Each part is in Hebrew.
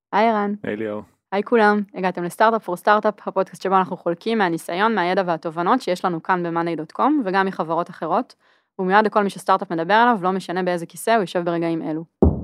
היי ערן. היי ליאור. היי כולם, הגעתם לסטארט-אפ פור סטארט-אפ, הפודקאסט שבו אנחנו חולקים מהניסיון, מהידע והתובנות שיש לנו כאן ב-monday.com וגם מחברות אחרות, ומיועד לכל מי שסטארט-אפ מדבר עליו, לא משנה באיזה כיסא הוא יושב ברגעים אלו.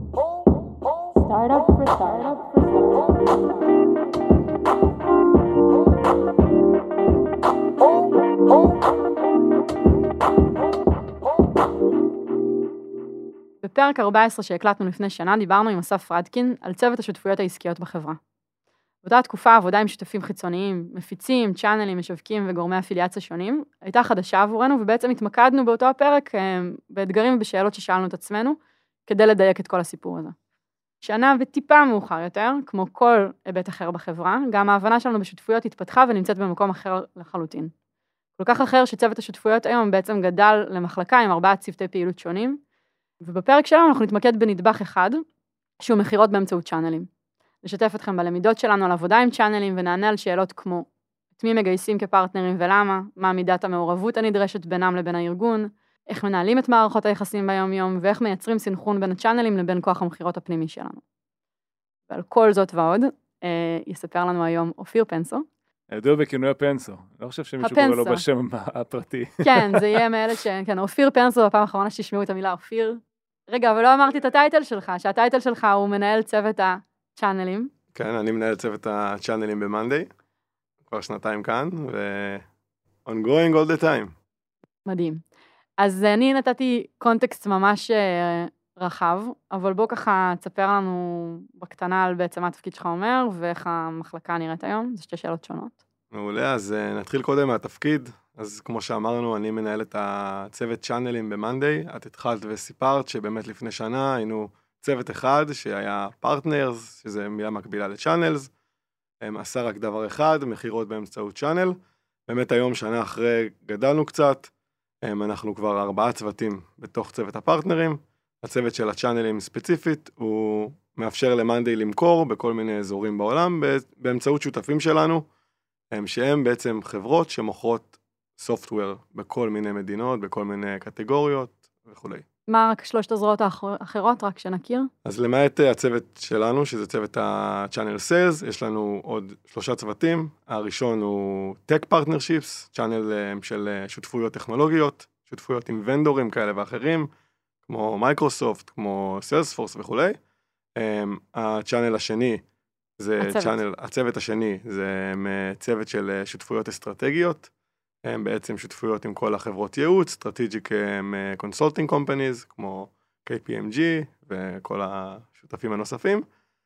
בפרק 14 שהקלטנו לפני שנה דיברנו עם אסף רדקין על צוות השותפויות העסקיות בחברה. באותה תקופה העבודה עם שותפים חיצוניים, מפיצים, צ'אנלים, משווקים וגורמי אפיליאציה שונים, הייתה חדשה עבורנו ובעצם התמקדנו באותו הפרק באתגרים ובשאלות ששאלנו את עצמנו, כדי לדייק את כל הסיפור הזה. שנה וטיפה מאוחר יותר, כמו כל היבט אחר בחברה, גם ההבנה שלנו בשותפויות התפתחה ונמצאת במקום אחר לחלוטין. כל כך אחר שצוות השותפויות היום בעצם גדל למחלקה עם 4 צוותי פעילות שונים, ובפרק שלנו אנחנו נתמקד בנדבך אחד, שהוא מחירות באמצעות צ'אנלים. נשתף אתכם בלמידות שלנו על עבודה עם צ'אנלים, ונענה על שאלות כמו, את מי מגייסים כפרטנרים ולמה, מה מידת המעורבות הנדרשת בינם לבין הארגון, איך מנהלים את מערכות היחסים ביום יום, ואיך מייצרים סינכרון בין הצ'אנלים לבין כוח המחירות הפנימי שלנו. ועל כל זאת ועוד, יספר לנו היום אופיר פנסו. ידוע בכינוי הפנסו, לא חושב שמישהו קורא לו בשם הפרטי. כן, זה יהיה מאלה כן, אופיר פנסו, בפעם האחרונה שתשמעו את המילה אופיר. רגע, אבל לא אמרתי את הטייטל שלך, שהטייטל שלך הוא מנהל צוות הצ'אנלים. כן, אני מנהל צוות הצ'אנלים במאנדיי, כבר 2 כאן, ongoing all the time. מדהים. אז אני נתתי קונטקסט ממש רחב, אבל בוא ככה תספר לנו בקטנה על בעצם מה התפקיד שלך אומר, ואיך המחלקה נראית היום, זה 2 שאלות שונות. מעולה, אז נתחיל קודם מהתפקיד. אז כמו שאמרנו, אני מנהל את הצוות צ'אנלים במאנדיי. את התחלת וסיפרת שבאמת לפני שנה היינו צוות אחד שהיה פרטנרס, שזה מילה מקבילה לצ'אנלס, עשה רק דבר אחד, מחירות באמצעות צ'אנל. באמת היום, שנה אחרי, גדלנו קצת, אנחנו כבר 4 צוותים בתוך צוות הפרטנרים. הצוות של הצ'אנלים ספציפית, הוא מאפשר למאנדיי למכור בכל מיני אזורים בעולם, באמצעות שותפים שלנו, שהם בעצם חברות שמוכרות סופטוור בכל מיני מדינות, בכל מיני קטגוריות וכו'. מה רק 3 הזרועות האחרות, רק שנכיר? אז למעט הצוות שלנו, שזה צוות ה-Channel Sales, יש לנו עוד 3 צוותים. הראשון הוא Tech Partnerships, צ'אנל של שותפויות טכנולוגיות, שותפויות עם ונדורים כאלה ואחרים, כמו מייקרוסופט, כמו סיילספורס וכו'. הצ'אנל השני, הצוות השני, זה צוות של שותפויות אסטרטגיות, הם בעצם שותפויות עם כל החברות ייעוץ, Strategic Consulting Companies, כמו KPMG וכל השותפים הנוספים,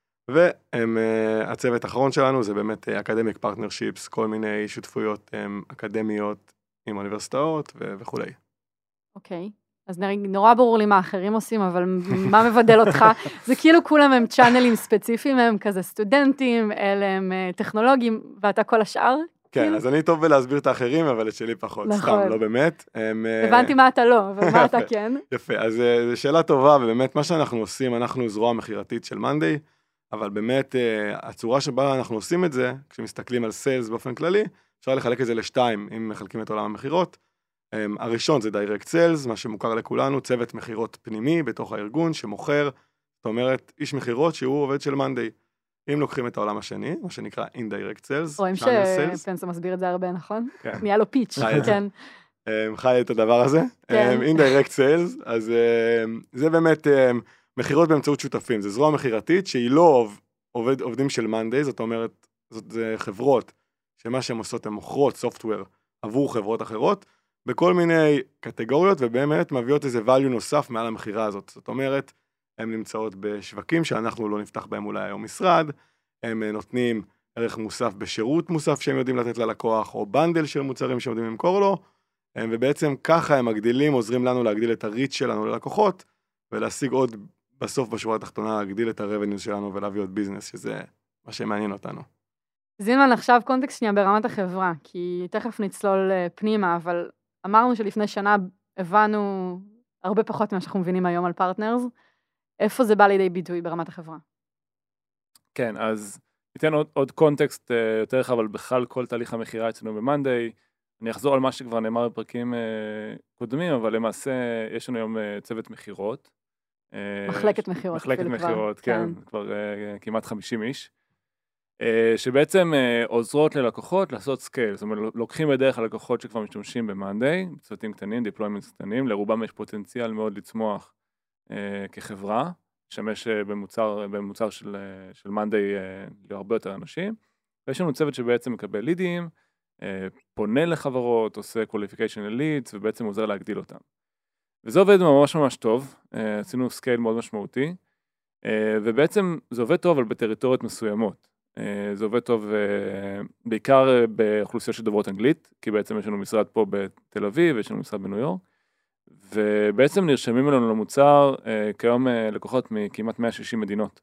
והצוות האחרון שלנו זה באמת Academic Partnerships, כל מיני שותפויות אקדמיות עם אוניברסיטאות וכו'. אוקיי. אז נורא ברור לי מה אחרים עושים, אבל מה מבדל אותך? זה כאילו כולם הם צ'אנלים ספציפיים, הם כזה סטודנטים, אלה הם טכנולוגים, ואתה כל השאר? כן, אז אני טוב בלהסביר את האחרים, אבל את שלי פחות, סתם, לא באמת. הבנתי מה אתה לא, אבל מה אתה כן? יפה, אז זו שאלה טובה, ובאמת מה שאנחנו עושים, אנחנו זרוע מחירתית של מאנדיי, אבל באמת הצורה שבה אנחנו עושים את זה, כשמסתכלים על סיילס באופן כללי, אפשר לחלק את זה ל2, אם מחלקים את עולם המחירות. הראשון זה דיירקט סיילס, מה שמוכר לכולנו, צוות מחירות פנימי בתוך הארגון שמוכר, זאת אומרת, איש מחירות שהוא עובד של מאנדיי. אם לוקחים את העולם השני, מה שנקרא indirect sales, רואים שפנסו מסביר את זה הרבה, נכון? כן. נהיה לו פיץ', כן. חי את הדבר הזה. indirect sales, אז זה באמת מחירות באמצעות שותפים, זה זרוע מחירתית שהיא לא עובדים של מאנדיי, זאת אומרת, זה חברות שמה שהן עושות, הן מוכרות סופטוור עבור חברות אחרות, בכל מיני קטגוריות, ובאמת מביאות איזה value נוסף מעל המחירה הזאת. זאת אומרת, הן נמצאות בשווקים שאנחנו לא נפתח בהם אולי היום משרד, הם נותנים ערך מוסף בשירות מוסף שהם יודעים לתת ללקוח, או בנדל של מוצרים שיודעים למכור לו, ובעצם ככה הם מגדילים, עוזרים לנו להגדיל את הריץ' שלנו ללקוחות, ולהשיג עוד בסוף בשורה התחתונה, להגדיל את הרבניוז שלנו ולהביא עוד ביזנס, שזה מה שמעניין אותנו. זינמן, עכשיו קונטקסט שנייה ברמת החברה, כי תכף נצלול פנימה, אבל אמרנו שלפני שנה הבנו הרבה פחות ממה שאנחנו מבינים היום על פרטנרס, איפה זה בא לידי ביטוי ברמת החברה? כן, אז ניתן עוד קונטקסט יותר רחב, אבל בכלל כל תהליך המחירה אצלנו במאנדיי. אני אחזור על מה שכבר נאמר בפרקים קודמים, אבל למעשה יש לנו היום צוות מחירות, מחלקת מחירות. מחלקת מחירות, כן, כבר כמעט 50 איש. שבעצם עוזרות ללקוחות לעשות סקייל, זאת אומרת, לוקחים בדרך הלקוחות שכבר משתמשים במאנדיי, צוותים קטנים, דיפלוימנטס קטנים, לרובם יש פוטנציאל מאוד לצמוח כחברה, לשמש במוצר של מאנדיי להרבה יותר אנשים, ויש לנו צוות שבעצם מקבל לידים, פונה לחברות, עושה qualification leads, ובעצם עוזר להגדיל אותם. וזה עובד ממש ממש טוב, עשינו סקייל מאוד משמעותי, ובעצם זה עובד טוב אבל בטריטוריות מסוימות. זה עובד טוב בעיקר באוכלוסיות שדוברות אנגלית, כי בעצם יש לנו משרד פה בתל אביב, יש לנו משרד בניו יורק, ובעצם נרשמים אלינו למוצר כיום לקוחות מכמעט 160 מדינות.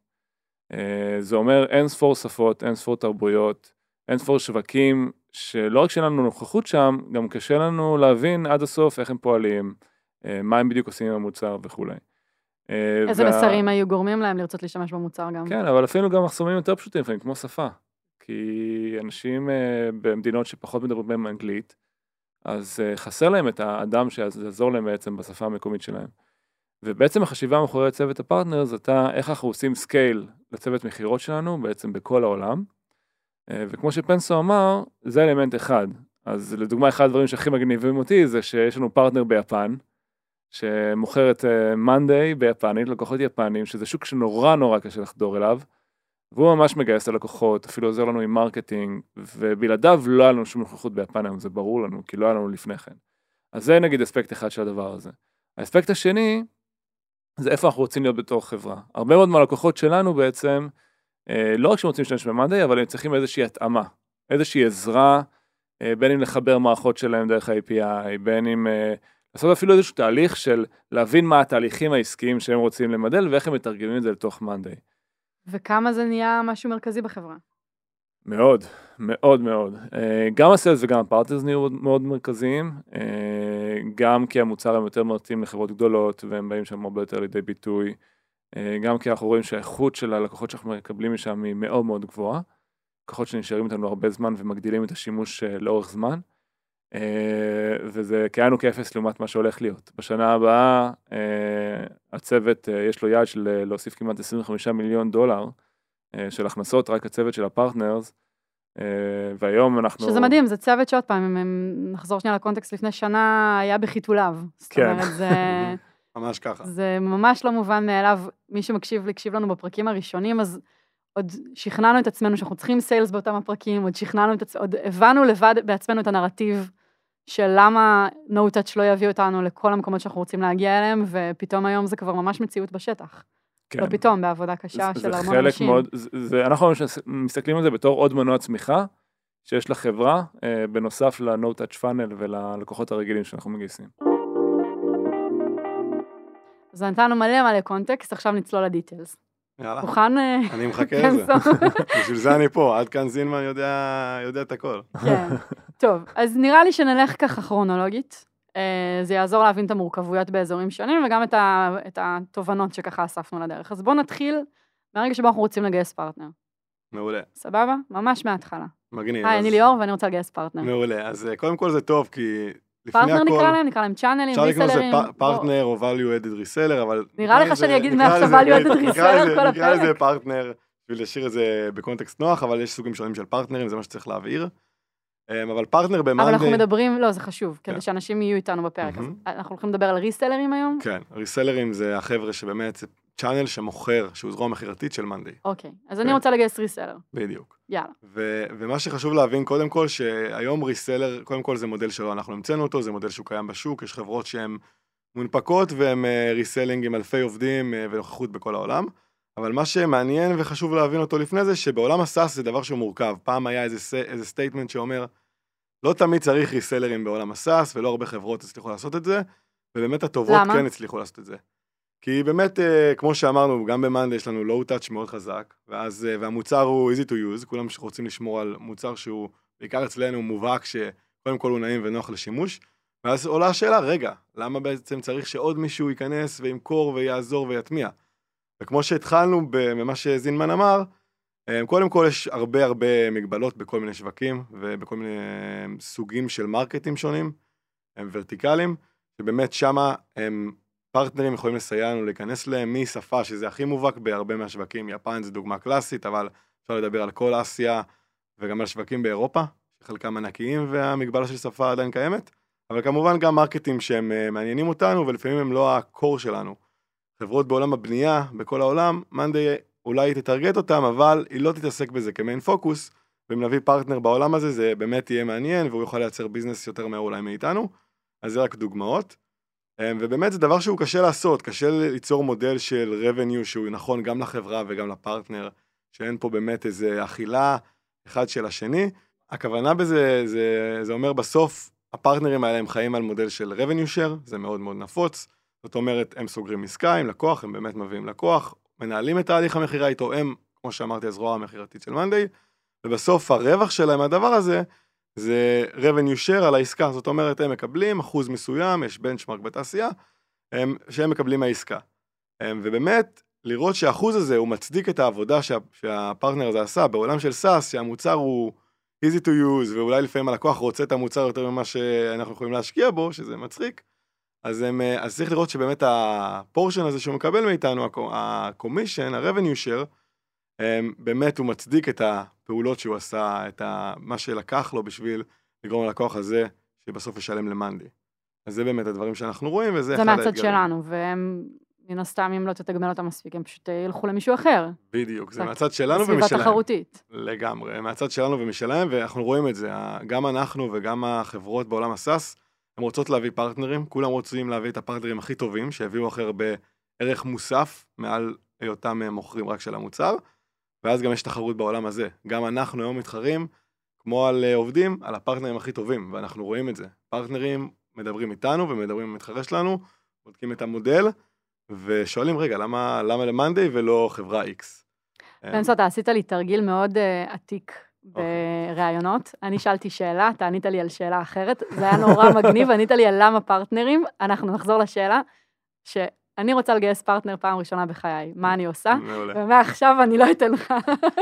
זה אומר אין ספור שפות, אין ספור תרבויות, אין ספור שווקים, שלא רק שאין לנו נוכחות שם, גם קשה לנו להבין עד הסוף איך הם פועלים, מה הם בדיוק עושים עם המוצר וכו'. איזה מסרים היו גורמים להם לרצות להשתמש במוצר גם? כן, אבל אפילו גם מחסומים יותר פשוטים, לפעמים כמו שפה. כי אנשים במדינות שפחות מדברים בהם אנגלית, אז חסר להם את האדם שיעזור להם בעצם בשפה המקומית שלהם. ובעצם החשיבה מאחורי צוות הפרטנר, הייתה איך אנחנו עושים סקייל לצוות מחירות שלנו, בעצם בכל העולם. וכמו שפנסו אמר, זה אלמנט אחד. אז לדוגמה, אחד הדברים שהכי מגניבים אותי, זה שיש לנו פרטנר ביפן, שמוכר את מאנדיי ביפנית, לקוחות יפנים, שזה שוק שנורא נורא קשה לחדור אליו, והוא ממש מגייס את הלקוחות, אפילו עוזר לנו עם מרקטינג, ובלעדיו לא היה לנו שום נוכחות ביפן היום, זה ברור לנו, כי לא היה לנו לפני כן. אז זה נגיד אספקט אחד של הדבר הזה. האספקט השני, זה איפה אנחנו רוצים להיות בתור חברה. הרבה מאוד מהלקוחות שלנו בעצם, לא רק שרוצים להשתמש במאנדיי, אבל הם צריכים איזושהי התאמה, איזושהי עזרה, בין אם לחבר מערכות שלהם דרך ה-API, בין אם לעשות אפילו איזשהו תהליך של להבין מה התהליכים העסקיים שהם רוצים למדל, ואיך הם מתרגמים את זה לתוך מאנדיי. וכמה זה נהיה משהו מרכזי בחברה? מאוד, מאוד מאוד. גם הסיילס וגם הפרטנרס נהיו מאוד מרכזיים, גם כי המוצר הם יותר מרצים לחברות גדולות, והם באים שם הרבה יותר לידי ביטוי, גם כי אנחנו רואים שהאיכות של הלקוחות שאנחנו מקבלים משם היא מאוד מאוד גבוהה, לקוחות שנשארים איתנו הרבה זמן ומגדילים את השימוש לאורך זמן, וזה כאנו כאפס לעומת מה שהולך להיות. בשנה הבאה, הצוות יש לו יעד של להוסיף כמעט $25 מיליון של הכנסות, רק הצוות של הפרטנרס, והיום אנחנו... שזה מדהים, זה צוות שעוד פעם, אם נחזור שנייה לקונטקסט לפני שנה, היה בחיתוליו. כן. זאת אומרת, זה... ממש ככה. זה ממש לא מובן מאליו, מי שמקשיב לנו בפרקים הראשונים, אז עוד שכנענו את עצמנו שאנחנו צריכים סיילס באותם הפרקים, עוד הבנו לבד בעצמנו את הנרטיב של למה no touch לא יביא אותנו לכל המקומות שאנחנו רוצים להגיע אליהם, ופתאום היום זה כבר ממש מציאות בשטח. כן. לא פתאום, בעבודה קשה של המון אנשים. אנחנו מסתכלים על זה בתור עוד מנוע צמיחה, שיש לחברה, בנוסף ל-no touch funnel וללקוחות הרגילים שאנחנו מגייסים. אז נתנו מלא קונטקסט, עכשיו נצלול לדיטלס. יאללה, מוכן? אני מחכה לזה. בשביל זה אני פה, עד כאן זינמן יודע את הכל. כן, טוב, אז נראה לי שנלך ככה כרונולוגית, זה יעזור להבין את המורכבויות באזורים שונים, וגם את התובנות שככה אספנו לדרך. אז בואו נתחיל מהרגע שבו אנחנו רוצים לגייס פרטנר. מעולה. סבבה? ממש מההתחלה. מגניב. היי, אני ליאור ואני רוצה לגייס פרטנר. מעולה, אז קודם כל זה טוב, כי לפני הכל... פרטנר נקרא להם צ'אנלים, ריסלרים. אפשר לקרוא לזה פרטנר או value added reseller, אבל... נראה לך שאני אגיד מעכשיו value added reseller כל הפרק? נקרא לזה פרטנר, בשביל להשאיר את זה בקונטקסט נוח, אבל יש סוגים שונים של פרטנרים, זה מה שצריך להבהיר. אבל פרטנר במאנדיי... אבל אנחנו מדברים, לא, זה חשוב, כדי שאנשים יהיו איתנו בפרק. אז אנחנו הולכים לדבר על ריסלרים היום? כן, ריסלרים זה החבר'ה שבאמת, זה צ'אנל שמוכר, שהוא זרוע מחירתית של מאנדיי. אוקיי, אז אני רוצה לגייס ריסלר. בדיוק. יאללה. ומה שחשוב להבין קודם כל, שהיום ריסלר, קודם כל זה מודל שלו, אנחנו המצאנו אותו, זה מודל שהוא קיים בשוק, יש חברות שהן מונפקות והן ריסלינג עם אלפי עובדים ונוכחות בכל העולם. אבל מה שמעניין וחשוב להבין אותו לפני זה, שבעולם הסאס זה דבר שהוא מורכב. פעם היה איזה סטייטמנט שאומר, לא תמיד צריך ריסלרים בעולם הסאס, ולא הרבה חברות הצליחו לעשות את זה, ובאמת הטובות כן הצליחו לעשות את זה. כי באמת, כמו שאמרנו, גם במאנדיי יש לנו low touch מאוד חזק, והמוצר הוא easy to use, כולם רוצים לשמור על מוצר שהוא, בעיקר אצלנו, מובהק שקודם כל הוא נעים ונוח לשימוש, ואז עולה השאלה, רגע, למה בעצם צריך שעוד מישהו ייכנס וימכור ויעזור ויטמיע? וכמו שהתחלנו ממה שזינמן אמר, קודם כל יש הרבה מגבלות בכל מיני שווקים, ובכל מיני סוגים של מרקטים שונים, הם ורטיקליים, שבאמת שמה פרטנרים יכולים לסייע לנו להיכנס להם משפה, שזה הכי מובהק בהרבה מהשווקים, יפן זה דוגמה קלאסית, אבל אפשר לדבר על כל אסיה, וגם על שווקים באירופה, שחלקם ענקיים, והמגבלה של שפה עדיין קיימת, אבל כמובן גם מרקטים שהם מעניינים אותנו, ולפעמים הם לא הקור שלנו. חברות בעולם הבנייה, בכל העולם, מאנדיי אולי תטרגט אותם, אבל היא לא תתעסק בזה כמיין פוקוס, ואם נביא פרטנר בעולם הזה, זה באמת יהיה מעניין, והוא יוכל לייצר ביזנס יותר מהר אולי מאיתנו, אז זה רק דוגמאות. ובאמת זה דבר שהוא קשה לעשות, קשה ליצור מודל של revenue שהוא נכון גם לחברה וגם לפרטנר, שאין פה באמת איזו אכילה אחד של השני. הכוונה בזה, זה אומר בסוף, הפרטנרים האלה הם חיים על מודל של revenue share, זה מאוד מאוד נפוץ, זאת אומרת, הם סוגרים עסקה עם לקוח, הם באמת מביאים לקוח, מנהלים את תהליך המחירה איתו, הם, כמו שאמרתי, הזרוע המחירתית של מאנדיי, ובסוף הרווח שלהם, הדבר הזה, זה revenue share על העסקה, זאת אומרת, הם מקבלים אחוז מסוים, יש בנצ'מרק בתעשייה, שהם מקבלים מהעסקה. ובאמת, לראות שהאחוז הזה הוא מצדיק את העבודה שהפרטנר הזה עשה, בעולם של סאס, שהמוצר הוא easy to use, ואולי לפעמים הלקוח רוצה את המוצר יותר ממה שאנחנו יכולים להשקיע בו, שזה מצחיק, אז צריך לראות שבאמת הפורשן הזה שהוא מקבל מאיתנו, ה-commission, ה-revenue share, באמת הוא מצדיק את הפעולות שהוא עשה, את מה שלקח לו בשביל לגרום ללקוח הזה, שבסוף ישלם למאנדיי. אז זה באמת הדברים שאנחנו רואים, וזה אחד האתגרים. זה מהצד שלנו, והם מן הסתם, אם לא תתגמל אותם מספיק, הם פשוט ילכו למישהו אחר. בדיוק, זה מהצד שלנו ומשלהם. סביבה תחרותית. לגמרי, מהצד שלנו ומשלהם, ואנחנו רואים את זה, גם אנחנו וגם החברות בעולם הסאס, הם רוצות להביא פרטנרים, כולם רוצים להביא את הפרטנרים הכי טובים, שהביאו אחר בערך מוסף, מעל היותם מוכרים רק של המוצר, ואז גם יש תחרות בעולם הזה. גם אנחנו היום מתחרים, כמו על עובדים, על הפרטנרים הכי טובים, ואנחנו רואים את זה. פרטנרים מדברים איתנו ומדברים עם המתחרה שלנו, בודקים את המודל, ושואלים, רגע, למה למאנדיי ולא חברה X? בנצו, אתה עשית לי תרגיל מאוד עתיק ברעיונות. אני שאלתי שאלה, אתה ענית לי על שאלה אחרת, זה היה נורא מגניב, ענית לי על למה פרטנרים, אנחנו נחזור לשאלה, שאני רוצה לגייס פרטנר פעם ראשונה בחיי, מה אני עושה? ומעכשיו אני לא אתן לך.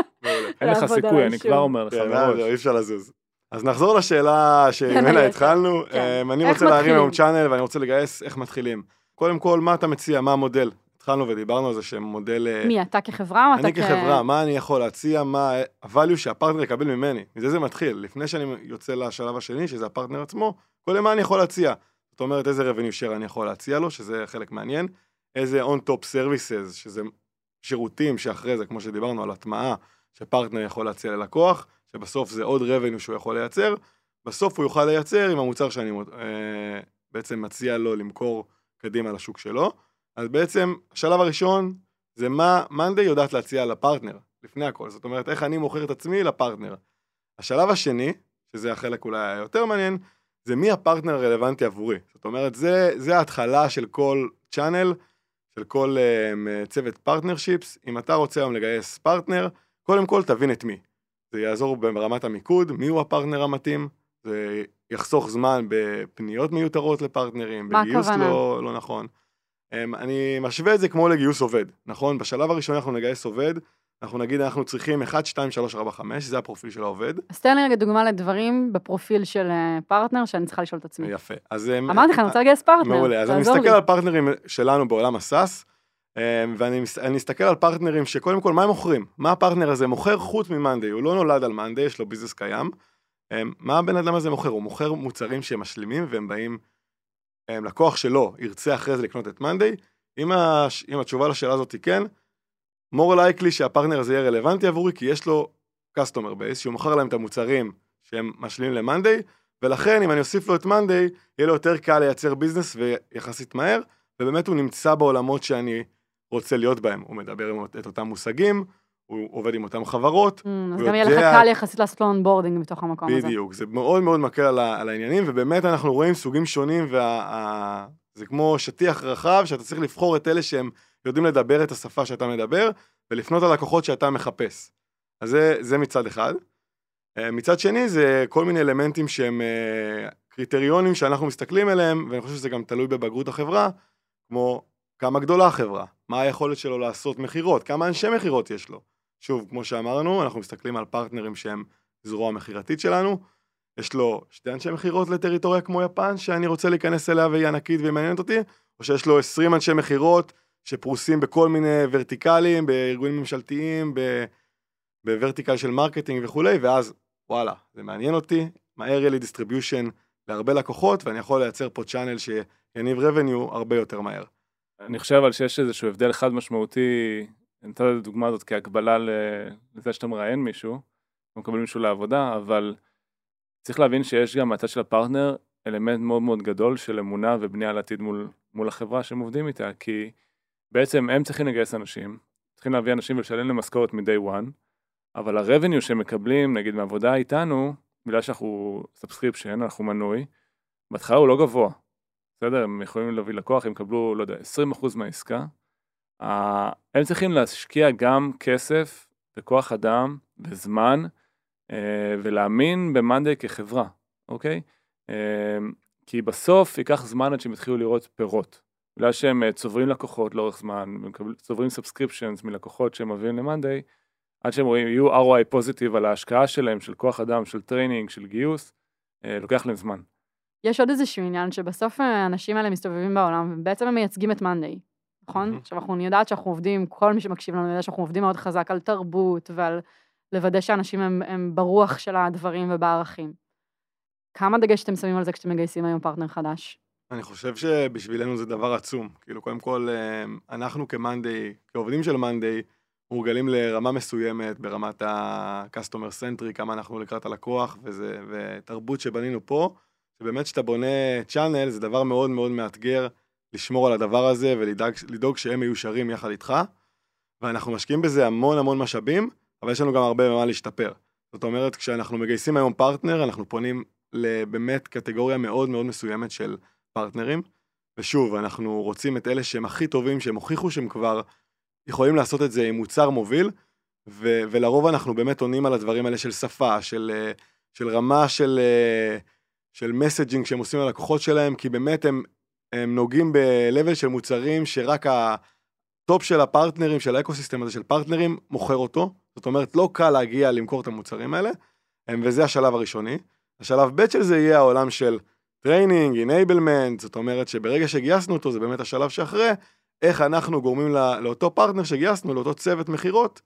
אין לך סיכוי, אני כבר אומר לך מראש. אי אפשר לזוז. אז נחזור לשאלה שממנה התחלנו. אני רוצה להרים היום צ'אנל ואני רוצה לגייס איך מתחילים. קודם כל, מה אתה מציע, מה המודל? התחלנו ודיברנו על זה שמודל... מי, אתה כחברה או אתה אני כחברה, מה אני יכול להציע, מה הvalue שהפרטנר יקבל ממני? מזה זה מתחיל, לפני שאני יוצא לשלב השני, שזה הפרטנר עצמו, קודם מה אני יכול להציע? זאת אומרת, איזה revenue share אני יכול להציע לו, שזה חלק מעניין, איזה on-top services, שזה שירותים שאחרי זה, כמו שדיברנו על הטמעה, שפרטנר יכול להציע ללקוח, שבסוף זה עוד revenue שהוא יכול לייצר, בסוף הוא יוכל לייצר עם המוצר שאני בעצם מציע לו למכור קדימה לשוק שלו. אז בעצם השלב הראשון זה מה מאנדיי יודעת להציע לפרטנר, לפני הכל. זאת אומרת, איך אני מוכר את עצמי לפרטנר. השלב השני, שזה החלק אולי היותר מעניין, זה מי הפרטנר הרלוונטי עבורי. זאת אומרת, זה ההתחלה של כל צ'אנל, של כל צוות פרטנרשיפס. אם אתה רוצה היום לגייס פרטנר, קודם כל תבין את מי. זה יעזור ברמת המיקוד, מי הוא הפרטנר המתאים, זה יחסוך זמן בפניות מיותרות לפרטנרים, בגיוס לא נכון. אני משווה את זה כמו לגיוס עובד, נכון? בשלב הראשון אנחנו נגייס עובד, אנחנו נגיד אנחנו צריכים 1, 2, 3, 4, 5, זה הפרופיל של העובד. אז תן לי רגע דוגמה לדברים בפרופיל של פרטנר שאני צריכה לשאול את עצמי. יפה. אמרתי לך, אני רוצה לגייס פרטנר. מעולה, אז אני מסתכל על פרטנרים שלנו בעולם הסאס, ואני מסתכל על פרטנרים שקודם כל, מה הם מוכרים? מה הפרטנר הזה מוכר חוץ ממאנדיי? הוא לא נולד על מאנדיי, יש לו ביזנס קיים. מה הבן אדם הזה מוכר? הוא מוכר מוצרים שהם משלימים, והם באים, לקוח שלו ירצה אחרי זה לקנות את מאנדיי. אם התשובה לשאלה הזאת היא כן, more likely שהפרטנר הזה יהיה רלוונטי עבורי, כי יש לו customer base, שהוא מוכר להם את המוצרים שהם משלימים למאנדיי, ולכן אם אני אוסיף לו את מאנדיי, יהיה לו יותר קל לייצר ביזנס ויחסית מהר, ובאמת הוא נמצא בעולמות שאני רוצה להיות בהם. הוא מדבר את אותם מושגים, הוא עובד עם אותם חברות. אז גם יהיה לך קל יחסית לעשות לו אונבורדינג בתוך המקום הזה. בדיוק, זה מאוד מאוד מקל על העניינים, ובאמת אנחנו רואים סוגים שונים, זה כמו שטיח רחב, שאתה צריך לבחור את אלה שהם יודעים לדבר את השפה שאתה מדבר, ולפנות על לקוחות שאתה מחפש. אז זה מצד אחד. מצד שני, זה כל מיני אלמנטים שהם קריטריונים שאנחנו מסתכלים עליהם, ואני חושב שזה גם תלוי בבגרות החברה, כמו כמה גדולה החברה, מה היכולת שלו לעשות מחירות, כמה אנשי מחירות יש לו. שוב, כמו שאמרנו, אנחנו מסתכלים על פרטנרים שהם זרוע מחירתית שלנו, יש לו 2 אנשי מחירות לטריטוריה כמו יפן, שאני רוצה להיכנס אליה והיא ענקית והיא מעניינת אותי, או שיש לו 20 אנשי מחירות שפרוסים בכל מיני ורטיקלים, בארגונים ממשלתיים, בוורטיקל של מרקטינג וכולי, ואז וואלה, זה מעניין אותי, מהר יהיה לי דיסטריביושן להרבה לקוחות, ואני יכול לייצר פה צ'אנל שיניב רבניו הרבה יותר מהר. אני חושב על שיש איזשהו הבדל אחד משמעותי, אני נתן את הדוגמה הזאת כהקבלה לזה שאתה מראיין מישהו, מקבלים מישהו לעבודה, אבל צריך להבין שיש גם מהצד של הפרטנר אלמנט מאוד מאוד גדול של אמונה ובנייה לעתיד מול החברה שהם עובדים איתה, כי בעצם הם צריכים לגייס אנשים, צריכים להביא אנשים ולשלם למשכורת מ-day one, אבל הרבניו שהם מקבלים, נגיד מעבודה איתנו, בגלל שאנחנו סאבסקריפשן, אנחנו מנוי, בהתחלה הוא לא גבוה, בסדר? הם יכולים להביא לקוח, הם קבלו, לא יודע, 20% מהעסקה, הם צריכים להשקיע גם כסף וכוח אדם וזמן, ולהאמין במאנדיי כחברה, אוקיי? כי בסוף ייקח זמן עד שהם יתחילו לראות פירות, בגלל שהם צוברים לקוחות לאורך זמן, צוברים סאבסקריפשנס מלקוחות שהם מביאים למאנדיי, עד שהם רואים, יהיו ROI פוזיטיב על ההשקעה שלהם, של כוח אדם, של טריינינג, של גיוס, לוקח להם זמן. יש עוד איזשהו עניין שבסוף האנשים האלה מסתובבים בעולם, ובעצם הם מייצגים את מאנדיי, נכון? עכשיו אני יודעת שאנחנו עובדים, כל מי שמקשיב לנו יודע שאנחנו עובדים מאוד חזק על תרבות, ועל לוודא שאנשים הם ברוח של הדברים ובערכים. כמה דגש אתם שמים על זה כשאתם מגייסים היום פרטנר חדש? אני חושב שבשבילנו זה דבר עצום. כאילו, קודם כל, אנחנו כמאנדיי, כעובדים של מאנדיי, מורגלים לרמה מסוימת, ברמת ה-customer centric, כמה אנחנו לקראת הלקוח, ותרבות שבנינו פה, שבאמת שאתה בונה צ'אנל, זה דבר מאוד מאוד מאתגר לשמור על הדבר הזה, ולדאוג שהם מיושרים יחד איתך, ואנחנו משקיעים בזה המון המון משאבים, אבל יש לנו גם הרבה מה להשתפר. זאת אומרת, כשאנחנו מגייסים היום פרטנר, אנחנו פונים לבאמת קטגוריה מאוד מאוד מסוימת של פרטנרים, ושוב, אנחנו רוצים את אלה שהם הכי טובים, שהם הוכיחו שהם כבר יכולים לעשות את זה עם מוצר מוביל, ולרוב אנחנו באמת עונים על הדברים האלה של שפה, של רמה של מסג'ינג שהם עושים ללקוחות שלהם, כי באמת הם נוגעים בלבל של מוצרים שרק הטופ של הפרטנרים, של האקוסיסטם הזה של פרטנרים, מוכר אותו. זאת אומרת, לא קל להגיע למכור את המוצרים האלה, וזה השלב הראשוני. השלב ב' של זה יהיה העולם של טריינינג, אינבלמנט, זאת אומרת שברגע שגייסנו אותו, זה באמת השלב שאחרי, איך אנחנו גורמים לאותו פרטנר שגייסנו, לאותו צוות מחירות,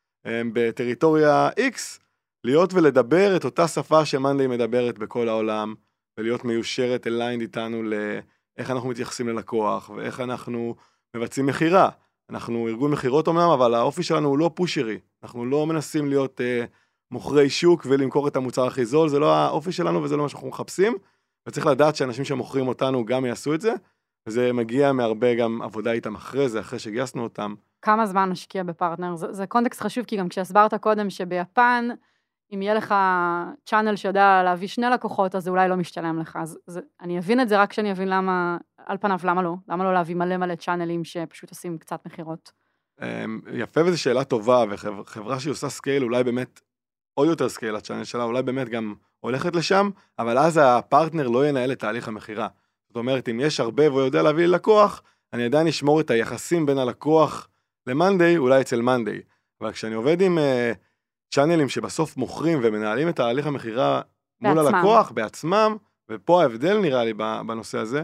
בטריטוריה X, להיות ולדבר את אותה שפה שמאנדיי מדברת בכל העולם, ולהיות מיושרת אליינד איתנו לאיך אנחנו מתייחסים ללקוח, ואיך אנחנו מבצעים מחירה. אנחנו ארגון מחירות אומנם, אבל האופי שלנו הוא לא פושרי. אנחנו לא מנסים להיות מוכרי שוק ולמכור את המוצר הכי זול, זה לא האופי שלנו וזה לא מה שאנחנו מחפשים, וצריך לדעת שאנשים שמוכרים אותנו גם יעשו את זה, וזה מגיע מהרבה גם עבודה איתם אחרי זה, אחרי שגייסנו אותם. כמה זמן נשקיע בפרטנר? זה קונטקסט חשוב, כי גם כשהסברת קודם שביפן, אם יהיה לך צ'אנל שיודע להביא 2 לקוחות, אז זה אולי לא משתלם לך. אז אני אבין את זה רק כשאני אבין למה, על פניו, למה לא? למה לא להביא מלא צ'אנלים שפשוט עושים קצת מחירות? יפה, וזו שאלה טובה, וחברה שהיא עושה סקייל, אולי באמת עוד יותר סקייל הצ'אנל שלה, אולי באמת גם הולכת לשם, אבל אז הפרטנר לא ינהל את תהליך המחירה. זאת אומרת, אם יש הרבה והוא יודע להביא ללקוח, אני עדיין אשמור את היחסים בין הלקוח למאנדיי, אולי אצל מאנדיי. אבל כשאני עובד עם צ'אנלים שבסוף מוכרים ומנהלים את תהליך המחירה מול הלקוח בעצמם, ופה ההבדל נראה לי בנושא הזה,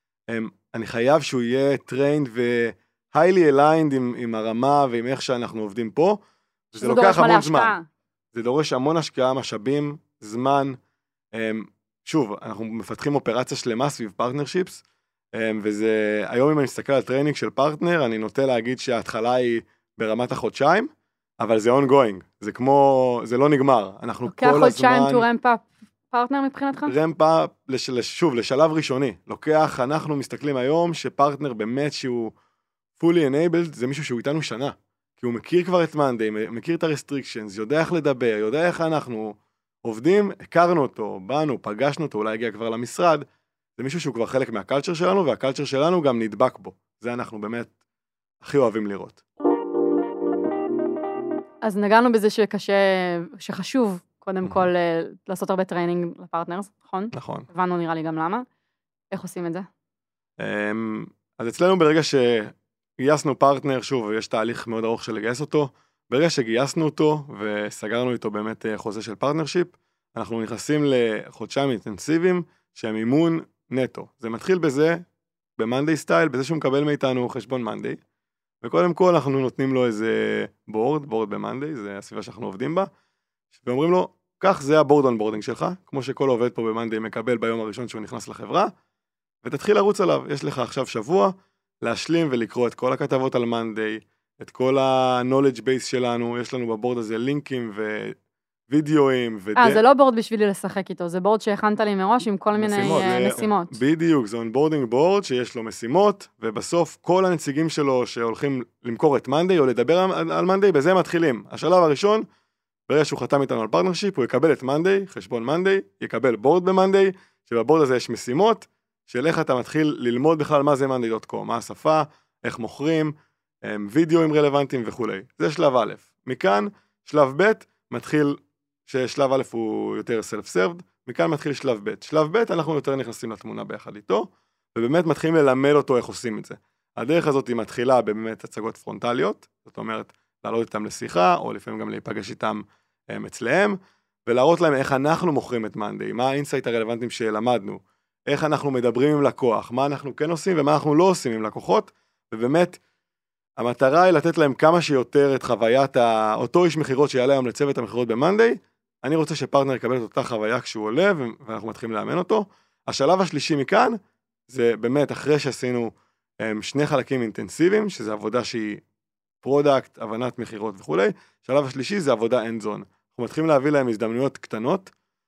אני חייב שהוא יהיה טריינד ו-highly aligned עם הרמה ועם איך שאנחנו עובדים פה. זה לוקח המון זמן. זה דורש המון השקעה, משאבים, זמן. שוב, אנחנו מפתחים אופרציה שלמה סביב פרטנרשיפס, וזה, היום אם אני מסתכל על טריינינג של פרטנר, אני נוטה להגיד שההתחלה היא ברמת החודשיים, אבל זה ongoing, זה כמו, זה לא נגמר, אנחנו כל הזמן... לוקח חודשיים to ramp up פרטנר מבחינתך? ramp up, שוב, לשלב ראשוני, לוקח, אנחנו מסתכלים היום שפרטנר באמת שהוא fully enabled, זה מישהו שהוא איתנו שנה, כי הוא מכיר כבר את מאנדיי, מכיר את ה-restrictions, יודע איך לדבר, יודע איך אנחנו עובדים, הכרנו אותו, באנו, פגשנו אותו, אולי הגיע כבר למשרד, זה מישהו שהוא כבר חלק מהקלצ'ר שלנו, והקלצ'ר שלנו גם נדבק בו. זה אנחנו באמת הכי אוהבים לראות. אז נגענו בזה שחשוב קודם כל לעשות הרבה טריינינג לפרטנרס, נכון? נכון. הבנו נראה לי גם למה. איך עושים את זה? אז אצלנו ברגע שגייסנו פרטנר, שוב, יש תהליך מאוד ארוך של לגייס אותו, ברגע שגייסנו אותו וסגרנו איתו באמת חוזה של פרטנרשיפ, אנחנו נכנסים לחודשיים אינטנסיביים, שהם אימון נטו. זה מתחיל בזה, במנדי סטייל, בזה שהוא מקבל מאיתנו חשבון מנדי, וקודם כל אנחנו נותנים לו איזה בורד במנדי, זה הסביבה שאנחנו עובדים בה, ואומרים לו, כך זה הבורד אונבורדינג שלך, כמו שכל עובד פה במנדי מקבל ביום הראשון שהוא נכנס לחברה, ותתחיל לרוץ עליו. יש לך עכשיו שבוע להשלים ולקרוא את כל הכתבות על מנדי, את כל ה-knowledge base שלנו, יש לנו בבורד הזה לינקים ווידאוים. זה לא בורד בשבילי לשחק איתו, זה בורד שהכנת לי מראש עם כל מיני משימות. בדיוק, זה אונבורדינג בורד שיש לו משימות, ובסוף כל הנציגים שלו שהולכים למכור את מנדי או לדבר על מנדי, בזה מתחילים. השלב הראשון, ברגע שהוא חתם איתנו על פרטנרשיפ, הוא יקבל את מנדי, חשבון מנדי, יקבל בורד במנדי, שבבורד הזה יש משימות, של איך אתה מתחיל ללמוד בכלל מה זה monday.com, מה השפה, איך מוכרים, וידאוים רלוונטיים וכו'. זה שלב א'. מכאן, שלב ב', מתחיל, ששלב א' הוא יותר self-served, מכאן מתחיל שלב ב'. שלב ב', אנחנו יותר נכנסים לתמונה ביחד איתו, ובאמת מתחילים ללמד אותו איך עושים את זה. הדרך הזאת היא מתחילה באמת הצגות פרונטליות, זאת אומרת, לעלות איתם לשיחה, או לפעמים גם להיפגש איתם אצלהם, ולהראות להם איך אנחנו מוכרים את מנדי, מה האינסייט הרלוונטיים שלמדנו, איך אנחנו מדברים עם לקוח, מה אנחנו כן עושים ומה אנחנו לא עושים עם לקוחות, ובאמת, המטרה היא לתת להם כמה שיותר את חוויית אותו איש מחירות שיעלה היום לצוות המחירות במנדי, אני רוצה שפרטנר יקבל את אותה חוויה כשהוא עולה, ואנחנו מתחילים לאמן אותו. השלב השלישי מכאן, זה באמת אחרי שעשינו שני חלקים אינטנסיביים, שזה עבודה שהיא פרודקט, הבנת מחירות וכו'. השלב השלישי זה עבודה end zone. אנחנו מתחילים להביא להם הזדמנויות קטנות,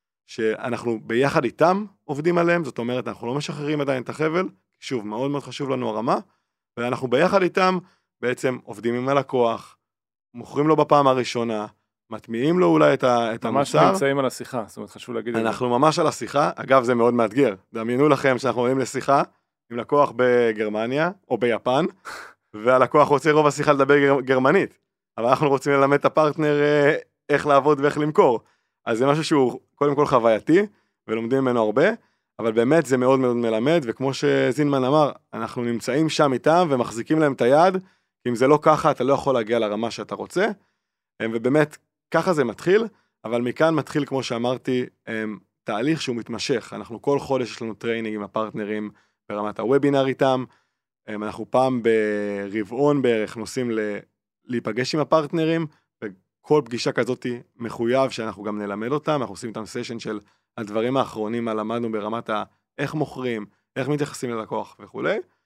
שאנחנו ביחד איתם עובדים עליהם, זאת אומרת, אנחנו לא משחררים עדיין את החבל, שוב, מאוד מאוד חשוב לנו הרמה, ואנחנו ביחד איתם בעצם עובדים עם הלקוח, מוכרים לו בפעם הראשונה, מטמיעים לו אולי את המוצר. ממש נמצאים על השיחה, זאת אומרת, חשוב להגיד את זה. אנחנו ממש על השיחה, אגב, זה מאוד מאתגר. דמיינו לכם שאנחנו עולים לשיחה עם לקוח בגרמניה או ביפן, והלקוח רוצה רוב השיחה לדבר גרמנית, אבל אנחנו רוצים ללמד את הפרטנר איך לעבוד ואיך למכור. אז זה משהו שהוא קודם כל חווייתי, ולומדים ממנו הרבה, אבל באמת זה מאוד מאוד מלמד, וכמו שזינמן אמר, אנחנו נמצאים שם איתם ומחזיקים להם את היד, אם זה לא ככה, אתה לא יכול להגיע לרמה שאתה רוצה, ובאמת ככה זה מתחיל, אבל מכאן מתחיל, כמו שאמרתי, תהליך שהוא מתמשך. אנחנו כל חודש יש לנו טריינינג עם הפרטנרים ברמת הוובינר איתם, אנחנו פעם ברבעון בערך נוסעים להיפגש עם הפרטנרים, וכל פגישה כזאת מחויב שאנחנו גם נלמד אותם, אנחנו עושים איתם סשן של הדברים האחרונים למדנו ברמת איך מוכרים, איך מתייחסים ללקוח וכו'.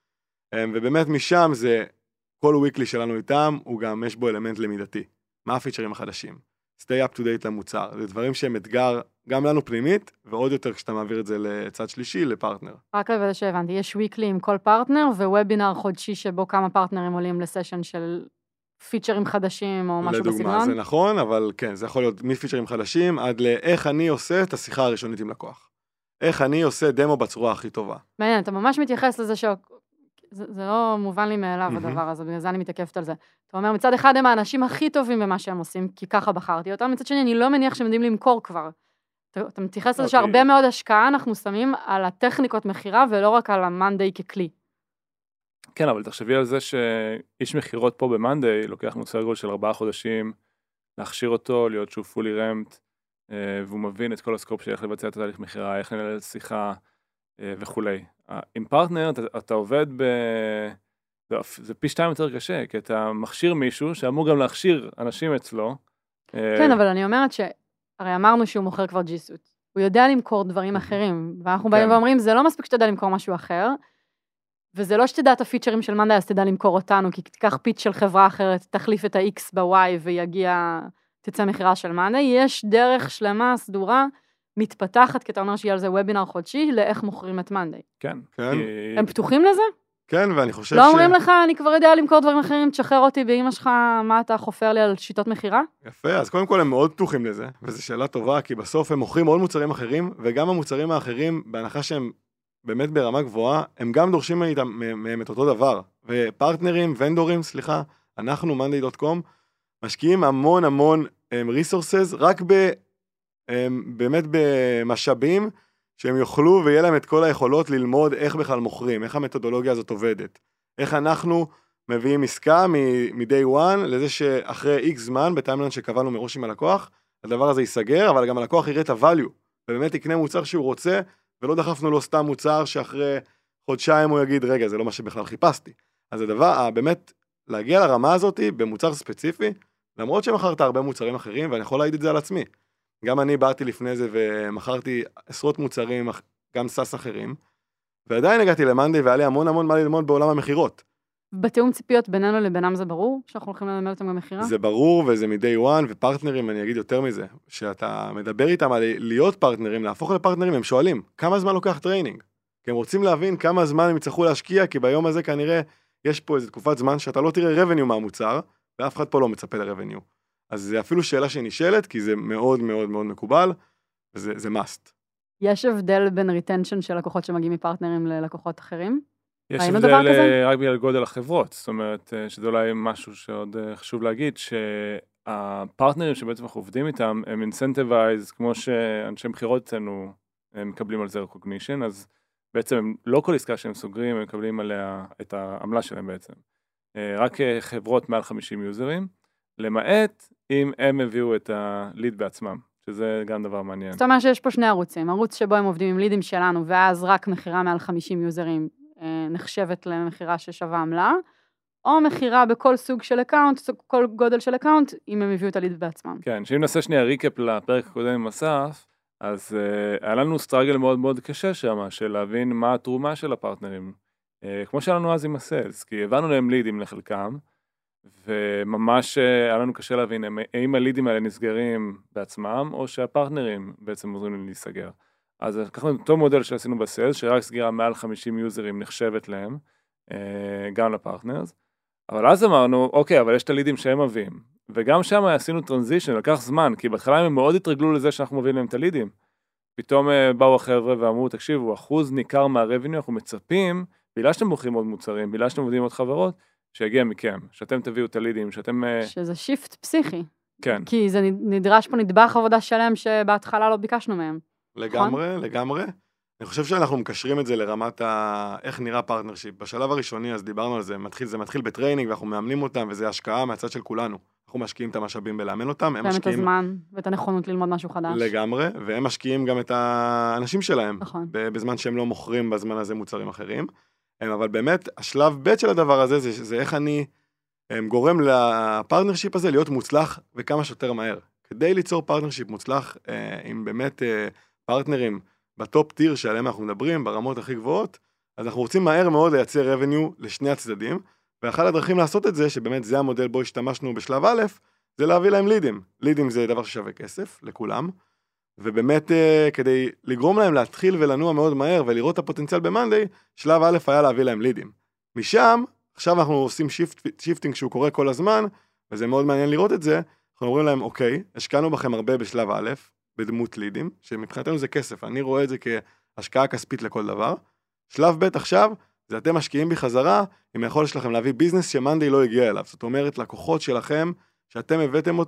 ובאמת משם זה, כל וויקלי שלנו איתם, הוא גם יש בו אלמנט למידתי. מה הפיצ'רים החדשים? stay up to date למוצר. זה דברים שהם אתגר גם לנו פנימית, ועוד יותר כשאתה מעביר את זה לצד שלישי, לפרטנר. רק לוודא שהבנתי, יש וויקלי עם כל פרטנר, ווובינר חודשי שבו כמה פרטנרים עולים לסשן של פיצ'רים חדשים או משהו בסגנון. לדוגמה, זה נכון, אבל כן, זה יכול להיות מפיצ'רים חדשים, עד לאיך אני עושה את השיחה הראשונית עם לקוח. איך אני עושה דמו בצורה הכי טובה. מעניין, אתה ממש מתייחס לזה זה לא מובן לי מאליו הדבר הזה, בגלל זה אני מתעכבת על זה. אתה אומר, מצד אחד הם האנשים הכי טובים במה שהם עושים, כי ככה בחרתי אותם, מצד שני, אני לא מניח שהם יודעים למכור כבר. אתה מתייחס לזה שהרבה מאוד השקעה אנחנו שמים על הטכניקות מחירה, ולא רק על המנדי ככלי. כן, אבל תחשבי על זה שאיש מחירות פה במנדי, לוקח מוצר גול של 4 חודשים, להכשיר אותו, להיות שהוא fully ramped, והוא מבין את כל הסקופ שאיך לבצע את התהליך מחירה, איך לנהל שיחה וכולי. עם פרטנר אתה עובד זה פי 2 יותר קשה, כי אתה מכשיר מישהו שאמור גם להכשיר אנשים אצלו. כן, אבל אני אומרת הרי אמרנו שהוא מוכר כבר ג'יסות. הוא יודע למכור דברים אחרים, ואנחנו באים ואומרים, זה לא מספיק שתדע למכור משהו אחר, וזה לא שתדע את הפיצ'רים של מנדי, אז תדע למכור אותנו, כי תיקח פיץ' של חברה אחרת, תחליף את ה-X ב-Y ויגיע, תצא מחירה של מנדי. יש דרך שלמה, סדורה, מתפתחת, כי אתה אומר שיהיה על זה וובינר חודשי, לאיך מוכרים את מנדי. כן. הם פתוחים לזה? כן, ואני חושב לא אומרים לך, אני כבר יודע למכור דברים אחרים, תשחרר אותי באמא שלך, מה אתה חופר לי על שיטות מחירה? יפה, אז קודם כל הם מאוד פתוחים לזה, וזו שאלה טובה, כי בסוף הם מוכרים עוד מוצרים אחרים, וגם המוצרים האחרים, בהנחה שהם באמת ברמה גבוהה, הם גם דורשים מהם את אותו דבר. ופרטנרים, ונדורים, סליחה, אנחנו, monday.com, משקיעים המון resources, רק באמת במשאבים, שהם יוכלו ויהיה להם את כל היכולות ללמוד איך בכלל מוכרים, איך המתודולוגיה הזאת עובדת, איך אנחנו מביאים עסקה מ-day one, לזה שאחרי X זמן, בטיימליין שקבענו מראש עם הלקוח, הדבר הזה ייסגר, אבל גם הלקוח יראה את ה-value, ובאמת יקנה מוצר שהוא רוצה, ולא דחפנו לו סתם מוצר שאחרי חודשיים הוא יגיד, רגע, זה לא מה שבכלל חיפשתי. אז הדבר, באמת, להגיע לרמה הזאת במוצר ספציפי, למרות שמכרת הרבה מוצרים אחרים, ואני יכול להעיד את זה על עצמי. גם אני באתי לפני זה ומכרתי עשרות מוצרים, גם סאס אחרים, ועדיין הגעתי למאנדי והיה לי המון מה ללמוד בעולם המחירות. בתיאום ציפיות בינינו לבינם זה ברור? שאנחנו הולכים ללמד אותם במחירה? זה ברור וזה מ-day one, ופרטנרים, אני אגיד יותר מזה, שאתה מדבר איתם על להיות פרטנרים, להפוך לפרטנרים, הם שואלים, כמה זמן לוקח טריינינג? כי הם רוצים להבין כמה זמן הם יצטרכו להשקיע, כי ביום הזה כנראה יש פה איזו תקופת זמן שאתה לא תראה revenue מהמוצר, ואף אחד פה לא מצפה ל-revenue. אז זה אפילו שאלה שנשאלת, כי זה מאוד מקובל, וזה must. יש הבדל בין retention של לקוחות שמגיעים מפרטנרים ללקוחות אחרים? יש הבדל רק בגלל גודל החברות, זאת אומרת, שזה אולי משהו שעוד חשוב להגיד, שהפרטנרים שבעצם אנחנו עובדים איתם, הם incentivized, כמו שאנשי מחירות אצלנו מקבלים על זה recognition, אז בעצם לא כל עסקה שהם סוגרים, הם מקבלים עליה את העמלה שלהם בעצם. רק חברות מעל 50 יוזרים, למעט אם הם הביאו את הליד בעצמם, שזה גם דבר מעניין. זאת אומרת שיש פה שני ערוצים, ערוץ שבו הם עובדים עם לידים שלנו, ואז רק מחירה מעל 50 יוזרים נחשבת למחירה ששווה עמלה, או מחירה בכל סוג של אקאונט, כל גודל של אקאונט, אם הם הביאו את הליד בעצמם. כן, שאם נעשה שנייה ריקאפ לפרק הקודם עם אסף, אז היה לנו סטרגל מאוד קשה שם, של להבין מה התרומה של הפרטנרים. כמו שלנו אז עם הסיילס, כי הבאנו להם לידים לחלקם, וממש היה לנו קשה להבין האם הלידים האלה נסגרים בעצמם, או שהפרטנרים בעצם עוזרים להם להיסגר. אז לקחנו אותו מודל שעשינו בסיילס, שרק סגירה מעל 50 יוזרים נחשבת להם, גם לפרטנרס, אבל אז אמרנו, אוקיי, אבל יש את הלידים שהם מביאים, וגם שם עשינו טרנזישן, לקח זמן, כי בהתחלה הם מאוד התרגלו לזה שאנחנו מביאים להם את הלידים. פתאום באו החבר'ה ואמרו, תקשיבו, אחוז ניכר מהרבניו, אנחנו מצפים, בגלל שאתם בוחרים עוד מוצרים, בגלל שאתם עובדים עוד חברות, שיגיע מכם, שאתם תביאו את הלידים, שאתם... שזה שיפט פסיכי. כן. כי זה נדרש פה נדבך עבודה שלם שבהתחלה לא ביקשנו מהם. לגמרי. אני חושב שאנחנו מקשרים את זה לרמת איך נראה פרטנרשיפ. בשלב הראשוני, אז דיברנו על זה, זה מתחיל בטריינינג, ואנחנו מאמנים אותם, וזה השקעה מהצד של כולנו. אנחנו משקיעים את המשאבים בלאמן אותם, הם משקיעים... את הזמן ואת הנכונות ללמוד משהו חדש. לגמרי, והם משקיעים גם את האנשים שלהם. נכון. בזמן שהם לא מוכרים בזמן הזה מוצרים אחרים. אבל באמת, השלב ב' של הדבר הזה, זה איך אני גורם לפרטנרשיפ הזה להיות מוצלח וכמה שיותר מהר. כדי ליצור פרטנרשיפ מוצלח עם באמת פרטנרים בטופ טיר שעליהם אנחנו מדברים, ברמות הכי גבוהות, אז אנחנו רוצים מהר מאוד לייצר revenue לשני הצדדים, ואחת הדרכים לעשות את זה, שבאמת זה המודל בו השתמשנו בשלב א', זה להביא להם לידים. לידים זה דבר ששווה כסף לכולם, ובאמת כדי לגרום להם להתחיל ולנוע מאוד מהר ולראות את הפוטנציאל במאנדיי, שלב א' היה להביא להם לידים. משם, עכשיו אנחנו עושים שיפטינג שהוא קורה כל הזמן, וזה מאוד מעניין לראות את זה, אנחנו אומרים להם, אוקיי, השקענו בכם הרבה בשלב א', בדמות לידים, שמבחינתנו זה כסף, אני רואה את זה כהשקעה כספית לכל דבר. שלב ב' עכשיו, זה אתם משקיעים בחזרה, עם היכולת שלכם להביא ביזנס שמאנדיי לא הגיע אליו. זאת אומרת, לקוחות שלכם, שאתם הבאתם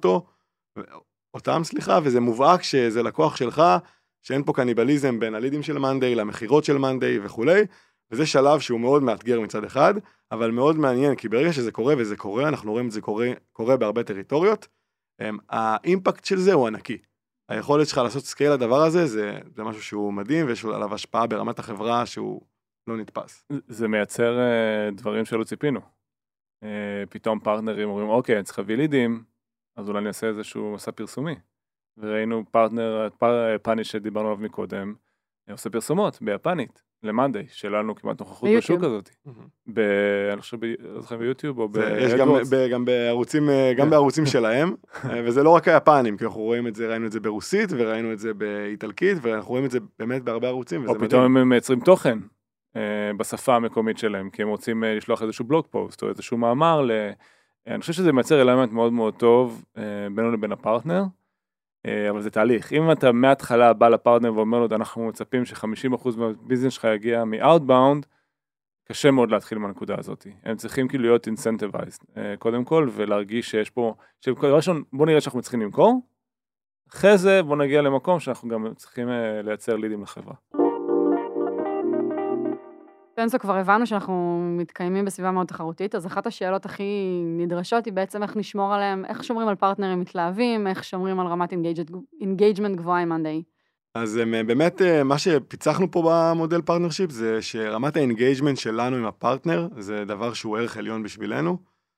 אותם, וזה מובהק שזה לקוח שלך, שאין פה קניבליזם בין הלידים של מאנדיי, למחירות של מאנדיי וכולי, וזה שלב שהוא מאוד מאתגר מצד אחד, אבל מאוד מעניין, כי ברגע שזה קורה וזה קורה, אנחנו רואים את זה קורה בהרבה טריטוריות, האימפקט של זה הוא ענקי. היכולת שלך לעשות סקייל לדבר הזה, זה משהו שהוא מדהים, ויש עליו השפעה ברמת החברה שהוא לא נתפס. זה מייצר דברים שלא ציפינו. פתאום פרטנרים אומרים, אוקיי, אני צריך להביא לידים, אז אולי נעשה איזשהו מסע פרסומי. וראינו פרטנר, פאני שדיברנו עליו מקודם, עושה פרסומות ביפנית, למאנדיי, שלנו כמעט נוכחות בשוק הזאת. אני חושב ביוטיוב או יש גם בערוצים שלהם, וזה לא רק היפנים, כי אנחנו רואים את זה, ראינו את זה ברוסית, וראינו את זה באיטלקית, ואנחנו רואים את זה באמת בהרבה ערוצים, או פתאום הם מייצרים תוכן בשפה המקומית שלהם, כי הם רוצים לשלוח איזשהו בלוג פוסט, או איזשהו מאמר, אני חושב שזה מייצר אלמנט מאוד מאוד טוב, בינו לבין הפרטנר, אבל זה תהליך. אם אתה מההתחלה בא לפרטנר ואומר לו, אנחנו מצפים ש50% מהביזנס שלך יגיע מ-outbound, קשה מאוד להתחיל מהנקודה הזאת. הם צריכים כאילו להיות incentivized, קודם כל, ולהרגיש שיש פה, ראשון, בוא נראה שאנחנו צריכים למכור, אחרי זה בוא נגיע למקום שאנחנו גם צריכים לייצר לידים לחברה. פנסו כבר הבנו שאנחנו מתקיימים בסביבה מאוד תחרותית, אז אחת השאלות הכי נדרשות היא בעצם איך נשמור עליהם, איך שומרים על פרטנרים מתלהבים, איך שומרים על רמת אינגייג'מנט גבוהה עם מאנדיי. אז באמת מה שפיצחנו פה במודל פרטנרשיפ זה שרמת האינגייג'מנט שלנו עם הפרטנר זה דבר שהוא ערך עליון בשבילנו,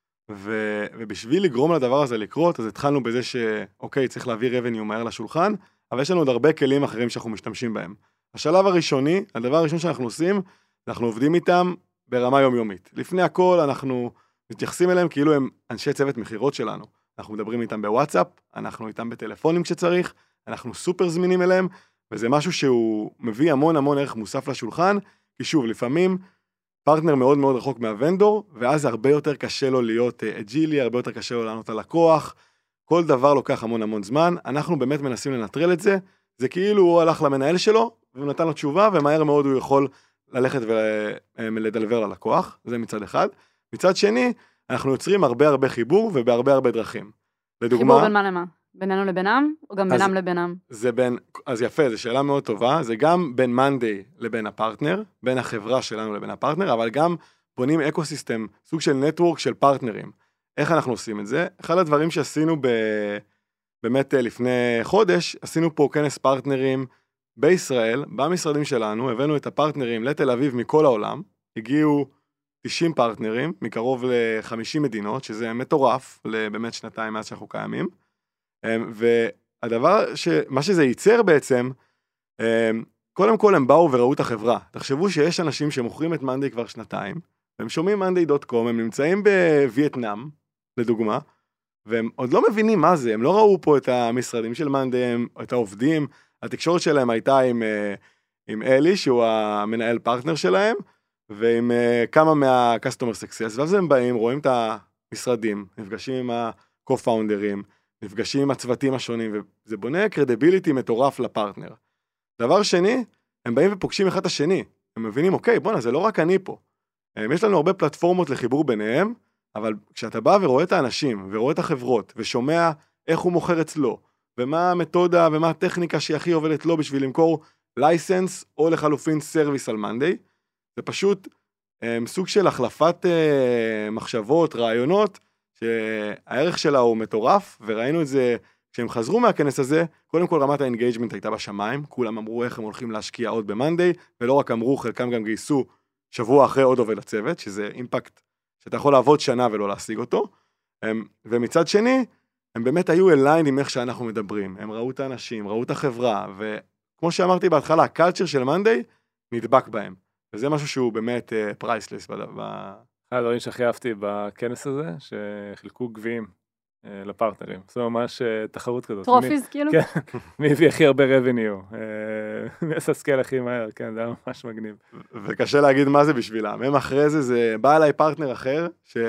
ובשביל לגרום לדבר הזה לקרות, אז התחלנו בזה שאוקיי, צריך להביא revenue מהר לשולחן, אבל יש לנו עוד הרבה כלים אחרים שאנחנו משתמשים בהם. השלב הראשוני, הדבר הראשון שאנחנו עושים, אנחנו עובדים איתם ברמה יומיומית. לפני הכל אנחנו מתייחסים אליהם כאילו הם אנשי צוות מחירות שלנו. אנחנו מדברים איתם בוואטסאפ, אנחנו איתם בטלפונים כשצריך, אנחנו סופר זמינים אליהם, וזה משהו שהוא מביא המון המון ערך מוסף לשולחן, כי שוב, לפעמים פרטנר מאוד מאוד רחוק מהוונדור, ואז הרבה יותר קשה לו להיות אג'ילי, הרבה יותר קשה לו לענות על לקוח, כל דבר לוקח המון המון זמן, אנחנו באמת מנסים לנטרל את זה, זה כאילו הוא הלך למנהל שלו, והוא נתן לו תשובה, ומהר מאוד הוא יכול ללכת ולדלבר ללקוח, זה מצד אחד. מצד שני, אנחנו יוצרים הרבה חיבור, ובהרבה דרכים. לדוגמה, חיבור בין מה למה? בינינו לבינם, או גם בינם לבינם? אז יפה, זו שאלה מאוד טובה, זה גם בין מאנדיי לבין הפרטנר, בין החברה שלנו לבין הפרטנר, אבל גם בונים אקוסיסטם, סוג של נטוורק של פרטנרים. איך אנחנו עושים את זה? אחד הדברים שעשינו באמת לפני חודש, עשינו פה כנס פרטנרים בישראל, במשרדים שלנו, הבאנו את הפרטנרים לתל אביב מכל העולם, הגיעו 90 פרטנרים, מקרוב ל-50 מדינות, שזה מטורף, לבאמת שנתיים מאז שאנחנו קיימים, והדבר, מה שזה ייצר בעצם, קודם כל הם באו וראו את החברה. תחשבו שיש אנשים שמוכרים את מאנדיי כבר שנתיים, והם שומעים monday.com, הם נמצאים בווייטנאם, לדוגמה, והם עוד לא מבינים מה זה, הם לא ראו פה את המשרדים של מאנדיי, את העובדים, התקשורת שלהם הייתה עם אלי, שהוא המנהל פרטנר שלהם, ועם כמה מה-customer success, ואז הם באים, רואים את המשרדים, נפגשים עם ה-co-founder'ים, נפגשים עם הצוותים השונים, וזה בונה credibility מטורף לפרטנר. דבר שני, הם באים ופוגשים אחד את השני, הם מבינים, אוקיי, בוא'נה, זה לא רק אני פה. יש לנו הרבה פלטפורמות לחיבור ביניהם, אבל כשאתה בא ורואה את האנשים, ורואה את החברות, ושומע איך הוא מוכר אצלו, ומה המתודה ומה הטכניקה שהיא הכי עובדת לו בשביל למכור לייסנס, או לחלופין סרוויס על מאנדיי, זה פשוט סוג של החלפת מחשבות, רעיונות, שהערך שלה הוא מטורף, וראינו את זה, כשהם חזרו מהכנס הזה, קודם כל רמת האינגייג'מנט הייתה בשמיים, כולם אמרו איך הם הולכים להשקיע עוד במאנדיי, ולא רק אמרו, חלקם גם גייסו שבוע אחרי עוד עובד לצוות, שזה אימפקט שאתה יכול לעבוד שנה ולא להשיג אותו, ומצד שני, הם באמת היו אליין עם איך שאנחנו מדברים, הם ראו את האנשים, ראו את החברה, וכמו שאמרתי בהתחלה, הקלצ'ר של מאנדיי נדבק בהם, וזה משהו שהוא באמת פרייסלס. אחד הדברים שהכי אהבתי בכנס הזה, שחילקו גביעים לפרטנרים, זה ממש תחרות כזאת. טרופיז כאילו? כן, מי הביא הכי הרבה revenue, מי עשה סקייל הכי מהר, כן, זה היה ממש מגניב. וקשה להגיד מה זה בשבילם, הם אחרי זה בא אליי פרטנר אחר,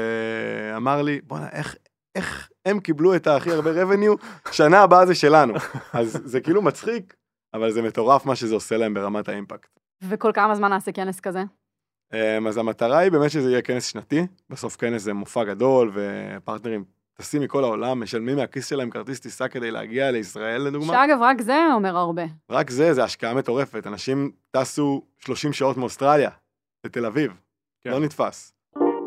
שאמר לי, בוא'נה, איך הם קיבלו את הכי הרבה revenue, שנה הבאה זה שלנו. אז זה כאילו מצחיק, אבל זה מטורף מה שזה עושה להם ברמת האימפקט. וכל כמה זמן נעשה כנס כזה? אז המטרה היא באמת שזה יהיה כנס שנתי, בסוף כנס זה מופע גדול, ופרטנרים טסים מכל העולם, משלמים מהכיס שלהם כרטיס טיסה כדי להגיע לישראל, לדוגמה. שאגב, רק זה אומר הרבה. רק זה השקעה מטורפת, אנשים טסו 30 שעות מאוסטרליה, לתל אביב, כן. לא נתפס.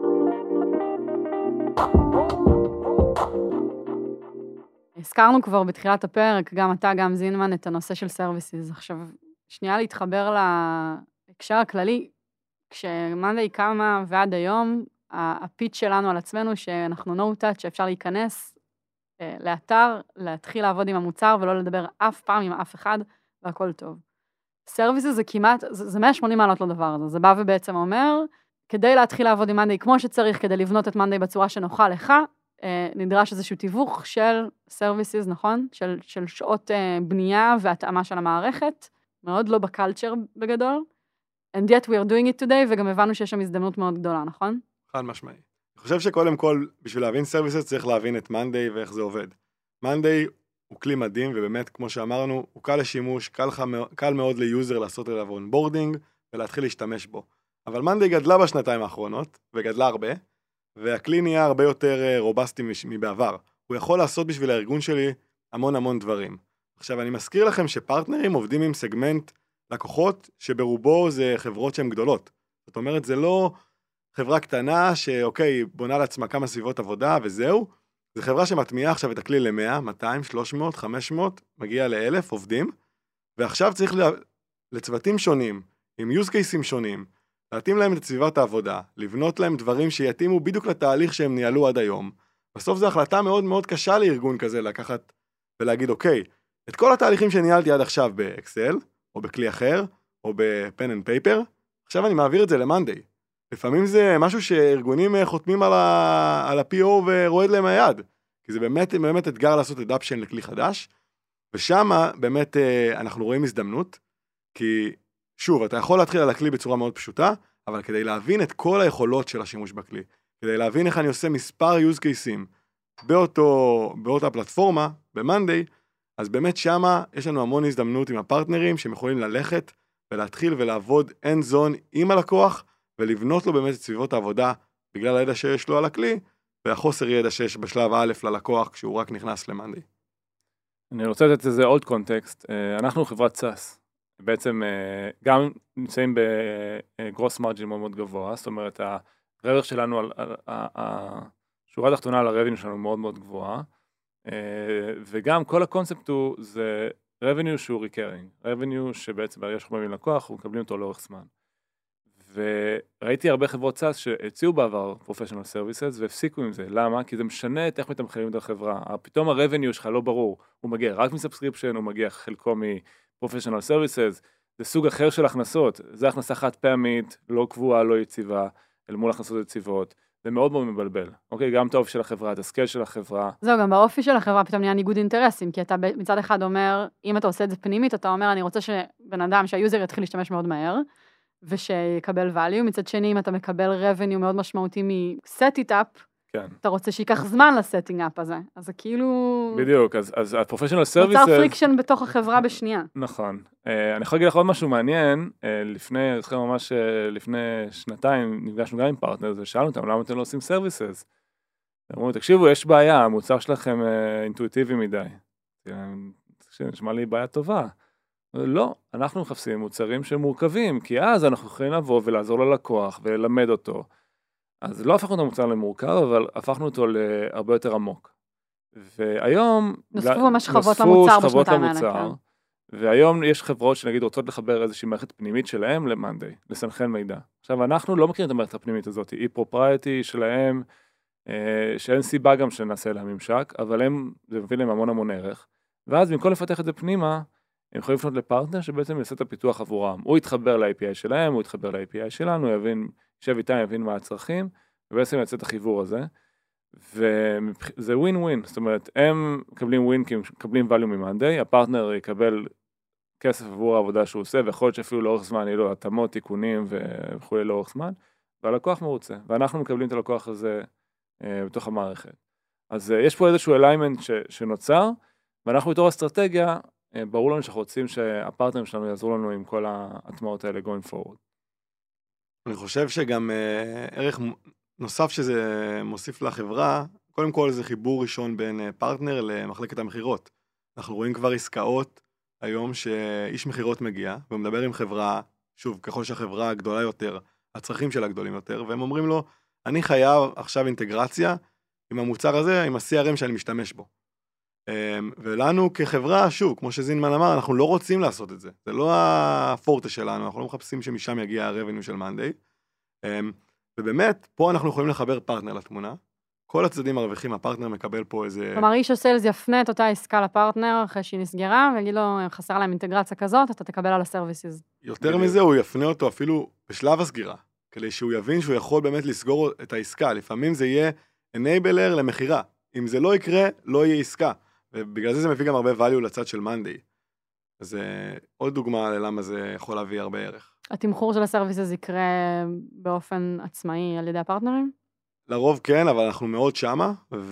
הזכרנו כבר בתחילת הפרק, גם אתה, גם זינמן, את הנושא של סרוויסיז. עכשיו, שנייה להתחבר להקשר הכללי, כשמאנדיי קמה ועד היום, הפיץ' שלנו על עצמנו, שאנחנו no touch, שאפשר להיכנס לאתר, להתחיל לעבוד עם המוצר, ולא לדבר אף פעם עם אף אחד, והכל טוב. סרוויסיז זה כמעט, זה 180 מעלות לדבר הזה. זה בא ובעצם אומר, כדי להתחיל לעבוד עם מאנדיי כמו שצריך, כדי לבנות את מאנדיי בצורה שנוחה לך, נדרש איזשהו תיווך של סרוויסיז, נכון? של שעות בנייה והתאמה של המערכת, מאוד לא בקלצ'ר בגדול. And yet we are doing it today, וגם הבנו שיש שם הזדמנות מאוד גדולה, נכון? חד משמעי. אני חושב שקודם כל, בשביל להבין סרוויסס, צריך להבין את מאנדיי ואיך זה עובד. מאנדיי הוא כלי מדהים, ובאמת, כמו שאמרנו, הוא קל לשימוש, קל מאוד ליוזר לעשות אליו אונבורדינג, ולהתחיל להשתמש בו. אבל מאנדיי גדלה בשנתיים האחרונות, וגדלה הרבה, והכלי נהיה הרבה יותר רובסטי מבעבר. הוא יכול לעשות בשביל הארגון שלי המון דברים. עכשיו, אני מזכיר לכם שפרטנרים עובדים עם סגמנט לקוחות שברובו זה חברות שהן גדולות. זאת אומרת, זה לא חברה קטנה שאוקיי, בונה לעצמה כמה סביבות עבודה וזהו, זה חברה שמטמיעה עכשיו את הכלי ל-100, 200, 300, 500, מגיע ל-1,000 עובדים, ועכשיו צריך לצוותים שונים, עם use cases שונים, להתאים להם את סביבת העבודה, לבנות להם דברים שיתאימו בדיוק לתהליך שהם ניהלו עד היום. בסוף זו החלטה מאוד מאוד קשה לארגון כזה לקחת ולהגיד, אוקיי, את כל התהליכים שניהלתי עד עכשיו באקסל, או בכלי אחר, או בפן אנד פייפר, עכשיו אני מעביר את זה למאנדיי. לפעמים זה משהו שארגונים חותמים על ה-PO ורועד להם היד, כי זה באמת אתגר לעשות אדאפשן לכלי חדש, ושם באמת אנחנו רואים הזדמנות, כי שוב, אתה יכול להתחיל על הכלי בצורה מאוד פשוטה, אבל כדי להבין את כל היכולות של השימוש בכלי, כדי להבין איך אני עושה מספר use cases באותה פלטפורמה, במאנדיי, אז באמת שמה יש לנו המון הזדמנות עם הפרטנרים שהם יכולים ללכת ולהתחיל ולעבוד end zone עם הלקוח, ולבנות לו באמת את סביבות העבודה בגלל הידע שיש לו על הכלי, והחוסר ידע שיש בשלב א' ללקוח כשהוא רק נכנס למאנדיי. אני רוצה לתת איזה עוד קונטקסט. אנחנו חברת סאס. בעצם גם נמצאים בגרוס מרג'ין מאוד מאוד גבוה, זאת אומרת, הרווח שלנו, השורה התחתונה על הרבניו שלנו מאוד מאוד גבוהה, וגם כל הקונספט הוא, זה רבניו שהוא ריקרינג, רבניו שבעצם ברגע שאנחנו מביאים לקוח, אנחנו מקבלים אותו לאורך זמן. וראיתי הרבה חברות סאס שהציעו בעבר פרופשיונל סרוויסס והפסיקו עם זה. למה? כי זה משנה את איך מתמחרים את החברה. פתאום הרבניו שלך לא ברור. הוא מגיע רק מסאבסקריפשן, הוא מגיע חלקו מפרופשיונל סרוויסס. זה סוג אחר של הכנסות. זה הכנסה חד פעמית, לא קבועה, לא יציבה, אל מול הכנסות יציבות. זה מאוד מאוד מבלבל. אוקיי, גם את האופי של החברה, את הסקייל של החברה. זהו, גם באופי של החברה פתאום נהיה ניגוד אינטרסים, כי אתה מצד אחד אומר, אם אתה עושה את זה פנימית, אתה אומר, אני רוצה שבן אדם, שהיוזר יתחיל להשתמש מאוד מהר, ושיקבל value, מצד שני, אם אתה מקבל revenue מאוד משמעותי מ-set it up, כן. אתה רוצה שייקח זמן ל-setting up הזה, אז זה כאילו... בדיוק, אז ה-professional services... נוצר פריקשן בתוך החברה בשנייה. נכון. אני יכול להגיד לך עוד משהו מעניין, לפני, זוכר ממש לפני שנתיים, נפגשנו גם עם פרטנר, ושאלנו אותם, למה אתם לא עושים services? אמרו, תקשיבו, יש בעיה, המוצר שלכם אינטואיטיבי מדי. נשמע לי בעיה טובה. לא, אנחנו מחפשים מוצרים שמורכבים, כי אז אנחנו יכולים לבוא ולעזור ללקוח וללמד אותו. אז לא הפכנו את המוצר למורכב, אבל הפכנו אותו להרבה יותר עמוק. והיום... נוספו ממש שכבות למוצר בשנתיים האלה. והיום יש חברות שנגיד רוצות לחבר איזושהי מערכת פנימית שלהם למאנדיי, לסנכרן מידע. עכשיו, אנחנו לא מכירים את המערכת הפנימית הזאת, היא פרופרייטי שלהם, שאין סיבה גם שנעשה להם ממשק, אבל זה מביא להם המון ערך. ואז במקום לפתח את זה פנימה, הם יכולים לפנות לפרטנר שבעצם יעשה את הפיתוח עבורם. הוא יתחבר ל-API שלהם, הוא יתחבר ל-API שלנו, ישב איתם, יבין מה הצרכים, ובעצם יעשה את החיבור הזה. וזה ווין ווין, זאת אומרת, הם מקבלים ווין כי הם מקבלים value ממאנדיי, הפרטנר יקבל כסף עבור העבודה שהוא עושה, ויכול להיות שאפילו לאורך זמן יהיו לו התאמות, תיקונים וכו' לאורך זמן, והלקוח מרוצה, ואנחנו מקבלים את הלקוח הזה בתוך המערכת. אז יש פה איזשהו alignment שנוצר, ואנחנו בתור אסטרטגיה, ברור לנו שאנחנו רוצים שהפרטנרים שלנו יעזרו לנו עם כל ההטמעות האלה going forward. אני חושב שגם ערך נוסף שזה מוסיף לחברה, קודם כל זה חיבור ראשון בין פרטנר למחלקת המחירות. אנחנו רואים כבר עסקאות היום שאיש מחירות מגיע ומדבר עם חברה, שוב, ככל שהחברה גדולה יותר, הצרכים שלה גדולים יותר, והם אומרים לו, אני חייב עכשיו אינטגרציה עם המוצר הזה, עם ה-CRM שאני משתמש בו. ולנו כחברה, שוב, כמו שזינמן אמר, אנחנו לא רוצים לעשות את זה. זה לא הפורטה שלנו, אנחנו לא מחפשים שמשם יגיע הרבניו של מאנדיי. ובאמת, פה אנחנו יכולים לחבר פרטנר לתמונה. כל הצדדים מרוויחים, הפרטנר מקבל פה איזה... כלומר, איש הסיילס יפנה את אותה עסקה לפרטנר אחרי שהיא נסגרה, ויגיד לו, חסר להם אינטגרציה כזאת, אתה תקבל על הסרוויסס. יותר מזה, הוא יפנה אותו אפילו בשלב הסגירה, כדי שהוא יבין שהוא יכול באמת לסגור את העסקה. לפעמים זה יהיה enabler למחירה. אם זה לא יקרה, לא יהיה עסקה. ובגלל זה מביא גם הרבה value לצד של מאנדיי. אז עוד דוגמה ללמה זה יכול להביא הרבה ערך. התמחור של הסרוויסס יקרה באופן עצמאי על ידי הפרטנרים? לרוב כן, אבל אנחנו מאוד שמה,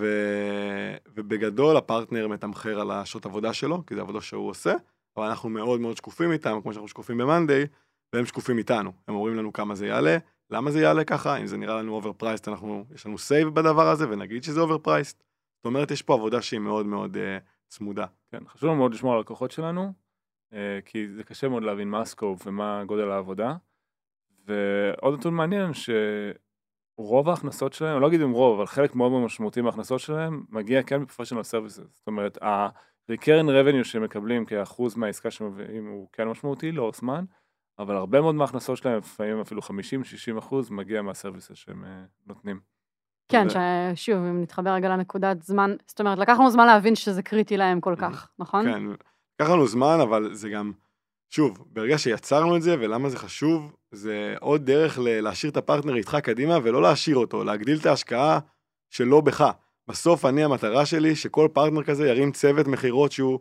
ובגדול הפרטנר מתמחר על השעות עבודה שלו, כי זה עבודה שהוא עושה, אבל אנחנו מאוד מאוד שקופים איתם, כמו שאנחנו שקופים במאנדיי, והם שקופים איתנו. הם אומרים לנו כמה זה יעלה, למה זה יעלה ככה, אם זה נראה לנו overpriced, יש לנו save בדבר הזה, ונגיד שזה overpriced. זאת אומרת, יש פה עבודה שהיא מאוד מאוד צמודה. כן, חשוב לנו מאוד לשמור על הלקוחות שלנו, כי זה קשה מאוד להבין מה הסקופ ומה גודל העבודה, ועוד נתון מעניין שרוב ההכנסות שלהם, אני לא אגיד עם רוב, אבל חלק מאוד מאוד משמעותי מההכנסות שלהם, מגיע כן מפרופשיונל סרוויסס. זאת אומרת, ה-recurring revenue שמקבלים כאחוז מהעסקה שמביאים הוא כן משמעותי לאורך זמן, אבל הרבה מאוד מההכנסות שלהם, לפעמים אפילו 50-60% מגיע מהסרוויסס שהם נותנים. כן, שוב, אם נתחבר רגע לנקודת זמן, זאת אומרת, לקח לנו זמן להבין שזה קריטי להם כל כך, נכון? כן, לקח לנו זמן, אבל זה גם, שוב, ברגע שיצרנו את זה, ולמה זה חשוב, זה עוד דרך להשאיר את הפרטנר איתך קדימה, ולא להשאיר אותו, להגדיל את ההשקעה שלא בך. בסוף המטרה שלי, שכל פרטנר כזה ירים צוות מחירות שהוא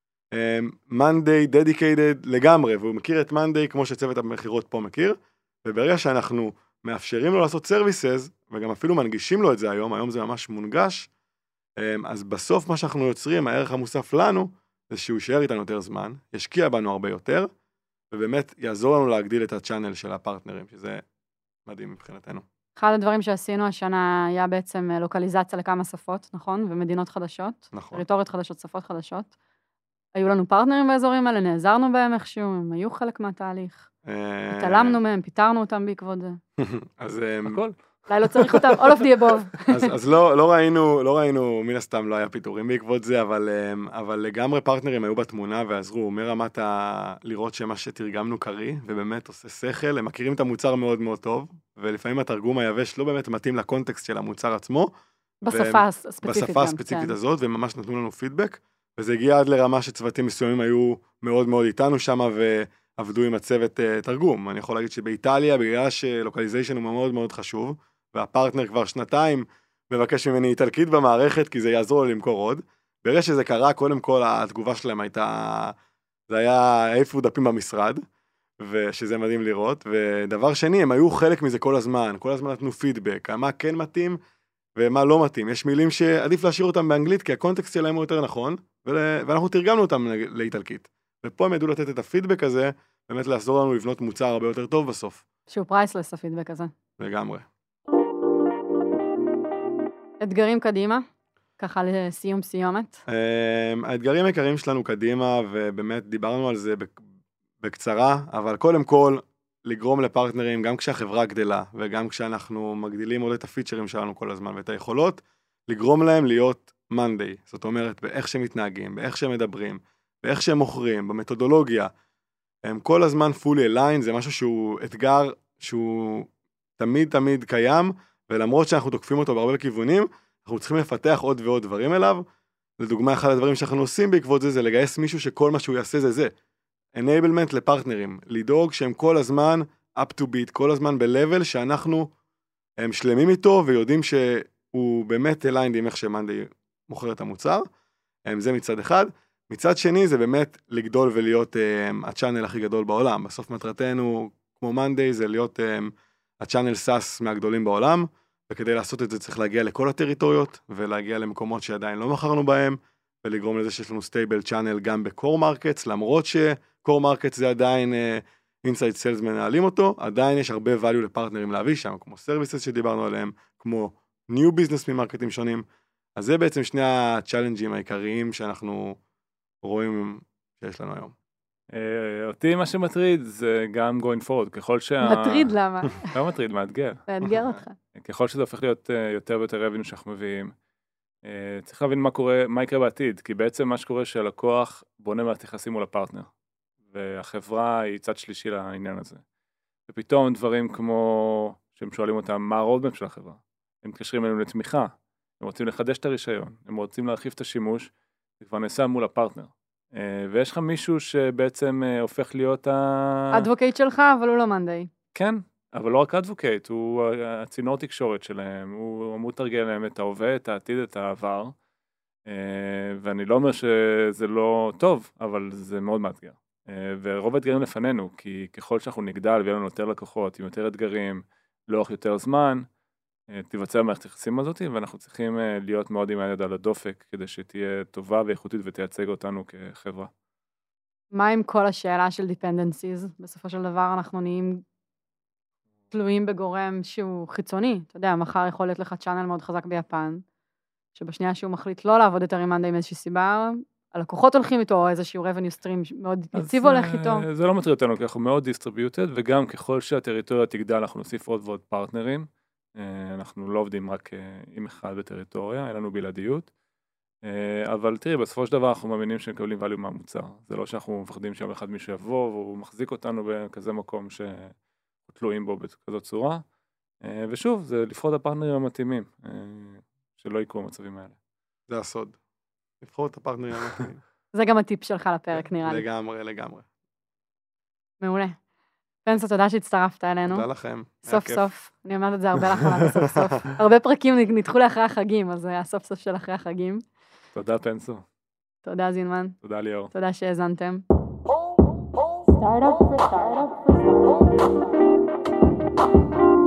Monday dedicated לגמרי, והוא מכיר את Monday כמו שצוות המחירות פה מכיר, וברגע שאנחנו מאפשרים לו לעשות סרוויסס, וגם אפילו מנגישים לו את זה היום זה ממש מונגש, אז בסוף מה שאנחנו יוצרים, הערך המוסף לנו, זה שהוא יישאר איתנו יותר זמן, ישקיע בנו הרבה יותר, ובאמת יעזור לנו להגדיל את הצ'אנל של הפרטנרים, שזה מדהים מבחינתנו. אחד הדברים שעשינו השנה היה בעצם לוקליזציה לכמה שפות, נכון? ומדינות חדשות. נכון. טריטוריות חדשות, שפות חדשות. היו לנו פרטנרים באזורים האלה, נעזרנו בהם איכשהו, הם היו חלק מהתהליך. התעלמנו מהם, פיתרנו אותם בעקבות זה. אז הכל. אולי לא צריך אותם, all of the above. אז לא ראינו, מן הסתם לא היה פיתורים בעקבות זה, אבל לגמרי פרטנרים היו בתמונה ועזרו, מרמת לראות שמה שתרגמנו קרי, ובאמת עושה שכל, הם מכירים את המוצר מאוד מאוד טוב, ולפעמים התרגום היבש לא באמת מתאים לקונטקסט של המוצר עצמו. בשפה הספציפית. בשפה הספציפית הזאת, והם ממש נתנו לנו פידבק, וזה הגיע עד לרמה שצוותים מסוימים היו מאוד מאוד איתנו שם, ועבדו עם הצוות תרגום. אני יכול להגיד שבאיטליה, בגלל שלוקליזיישן הוא מאוד מאוד חשוב, והפרטנר כבר שנתיים מבקש ממני איטלקית במערכת, כי זה יעזור לו למכור עוד. ברגע שזה קרה, קודם כל התגובה שלהם הייתה, זה היה העיפו דפים במשרד, ושזה מדהים לראות. ודבר שני, הם היו חלק מזה כל הזמן נתנו פידבק, מה כן מתאים ומה לא מתאים. יש מילים שעדיף להשאיר אותם באנגלית, כי הקונטקסט שלהם הוא יותר נכון, ואנחנו תרגמנו אותם לאיטלקית. ופה הם ידעו לתת את הפידבק הזה, באמת לעזור לנו לבנות מוצר הרבה יותר טוב בסוף. שהוא פרייסלס הפידבק הזה. לגמרי. אתגרים קדימה, ככה לסיום סיומת. האתגרים העיקריים שלנו קדימה, ובאמת דיברנו על זה בקצרה, אבל קודם כל, לגרום לפרטנרים, גם כשהחברה גדלה, וגם כשאנחנו מגדילים עוד את הפיצ'רים שלנו כל הזמן, ואת היכולות, לגרום להם להיות Monday. זאת אומרת, באיך שהם מתנהגים, באיך שהם מדברים, באיך שהם מוכרים, במתודולוגיה. הם כל הזמן fully aligned, זה משהו שהוא אתגר שהוא תמיד קיים, ולמרות שאנחנו תוקפים אותו בהרבה כיוונים, אנחנו צריכים לפתח עוד ועוד דברים אליו. לדוגמה, אחד הדברים שאנחנו עושים בעקבות זה לגייס מישהו שכל מה שהוא יעשה זה. enablement לפרטנרים, לדאוג שהם כל הזמן up to beat, כל הזמן ב-level שאנחנו הם שלמים איתו, ויודעים שהוא באמת aligned עם איך שמאנדי מוכר את המוצר. זה מצד אחד. מצד שני, זה באמת לגדול ולהיות הצ'אנל הכי גדול בעולם. בסוף מטרתנו, כמו מאנדי, זה להיות הצ'אנל סאס מהגדולים בעולם, וכדי לעשות את זה צריך להגיע לכל הטריטוריות, ולהגיע למקומות שעדיין לא מכרנו בהם, ולגרום לזה שיש לנו סטייבל צ'אנל גם בקור מרקטס, למרות שקור מרקטס זה עדיין אינסייד סיילס מנהלים אותו, עדיין יש הרבה value לפרטנרים להביא שם, כמו סרוויסס שדיברנו עליהם, כמו ניו ביזנס ממרקטים שונים. אז זה בעצם שני הצ'אלנג'ים העיקריים שאנחנו רואים שיש לנו היום. אותי מה שמטריד זה גם going forward, ככל מטריד למה? לא מטריד, מאתגר. מאתגר אותך. ככל שזה הופך להיות יותר ויותר revenue שאנחנו מביאים, צריך להבין מה יקרה בעתיד, כי בעצם מה שקורה שהלקוח בונה מערכת יחסים מול הפרטנר, והחברה היא צד שלישי לעניין הזה. ופתאום דברים כמו שהם שואלים אותם מה הרודמפ של החברה, הם מתקשרים אלינו לתמיכה, הם רוצים לחדש את הרישיון, הם רוצים להרחיב את השימוש, זה כבר נעשה מול הפרטנר. ויש לך מישהו שבעצם הופך להיות אדווקייט שלך, אבל הוא לא מאנדי. כן, אבל לא רק אדווקייט, הוא הצינור תקשורת שלהם, הוא אמור לתרגל להם את ההווה, את העתיד, את העבר, ואני לא אומר שזה לא טוב, אבל זה מאוד מאתגר. ורוב האתגרים לפנינו, כי ככל שאנחנו נגדל ויהיה לנו יותר לקוחות, עם יותר אתגרים, לאורך יותר זמן, תיווצר מערכת יחסים הזאת, ואנחנו צריכים להיות מאוד עם היד על הדופק, כדי שתהיה טובה ואיכותית ותייצג אותנו כחברה. מה עם כל השאלה של dependencies? בסופו של דבר אנחנו נהיים תלויים בגורם שהוא חיצוני. אתה יודע, מחר יכול להיות לך צ'אנל מאוד חזק ביפן, שבשנייה שהוא מחליט לא לעבוד יותר עם מאנדי עם איזושהי סיבה, הלקוחות הולכים איתו, או איזשהו revenue stream מאוד יציב הולך איתו. זה לא מטריד אותנו, כי אנחנו מאוד distributed, וגם ככל שהטריטוריה תגדל, אנחנו נוסיף עוד ועוד פרטנרים. אנחנו לא עובדים רק עם אחד בטריטוריה, אין לנו בלעדיות. אבל תראי, בסופו של דבר אנחנו מאמינים שמקבלים value מהמוצר. זה לא שאנחנו מפחדים שיום אחד מישהו יבוא, והוא מחזיק אותנו בכזה מקום שתלויים בו בכזאת צורה. ושוב, זה לבחור את הפרטנרים המתאימים, שלא יקרו המצבים האלה. זה הסוד. לבחור את הפרטנרים המתאימים. זה גם הטיפ שלך לפרק, נראה לי. לגמרי. מעולה. פנסו, תודה שהצטרפת אלינו. תודה לכם. סוף סוף. אני אומרת את זה הרבה לך, סוף סוף. הרבה פרקים נדחו לאחרי החגים, אז זה היה סוף סוף של אחרי החגים. תודה פנסו. תודה זינמן. תודה ליאור. תודה שהאזנתם. Startup for startup for startup.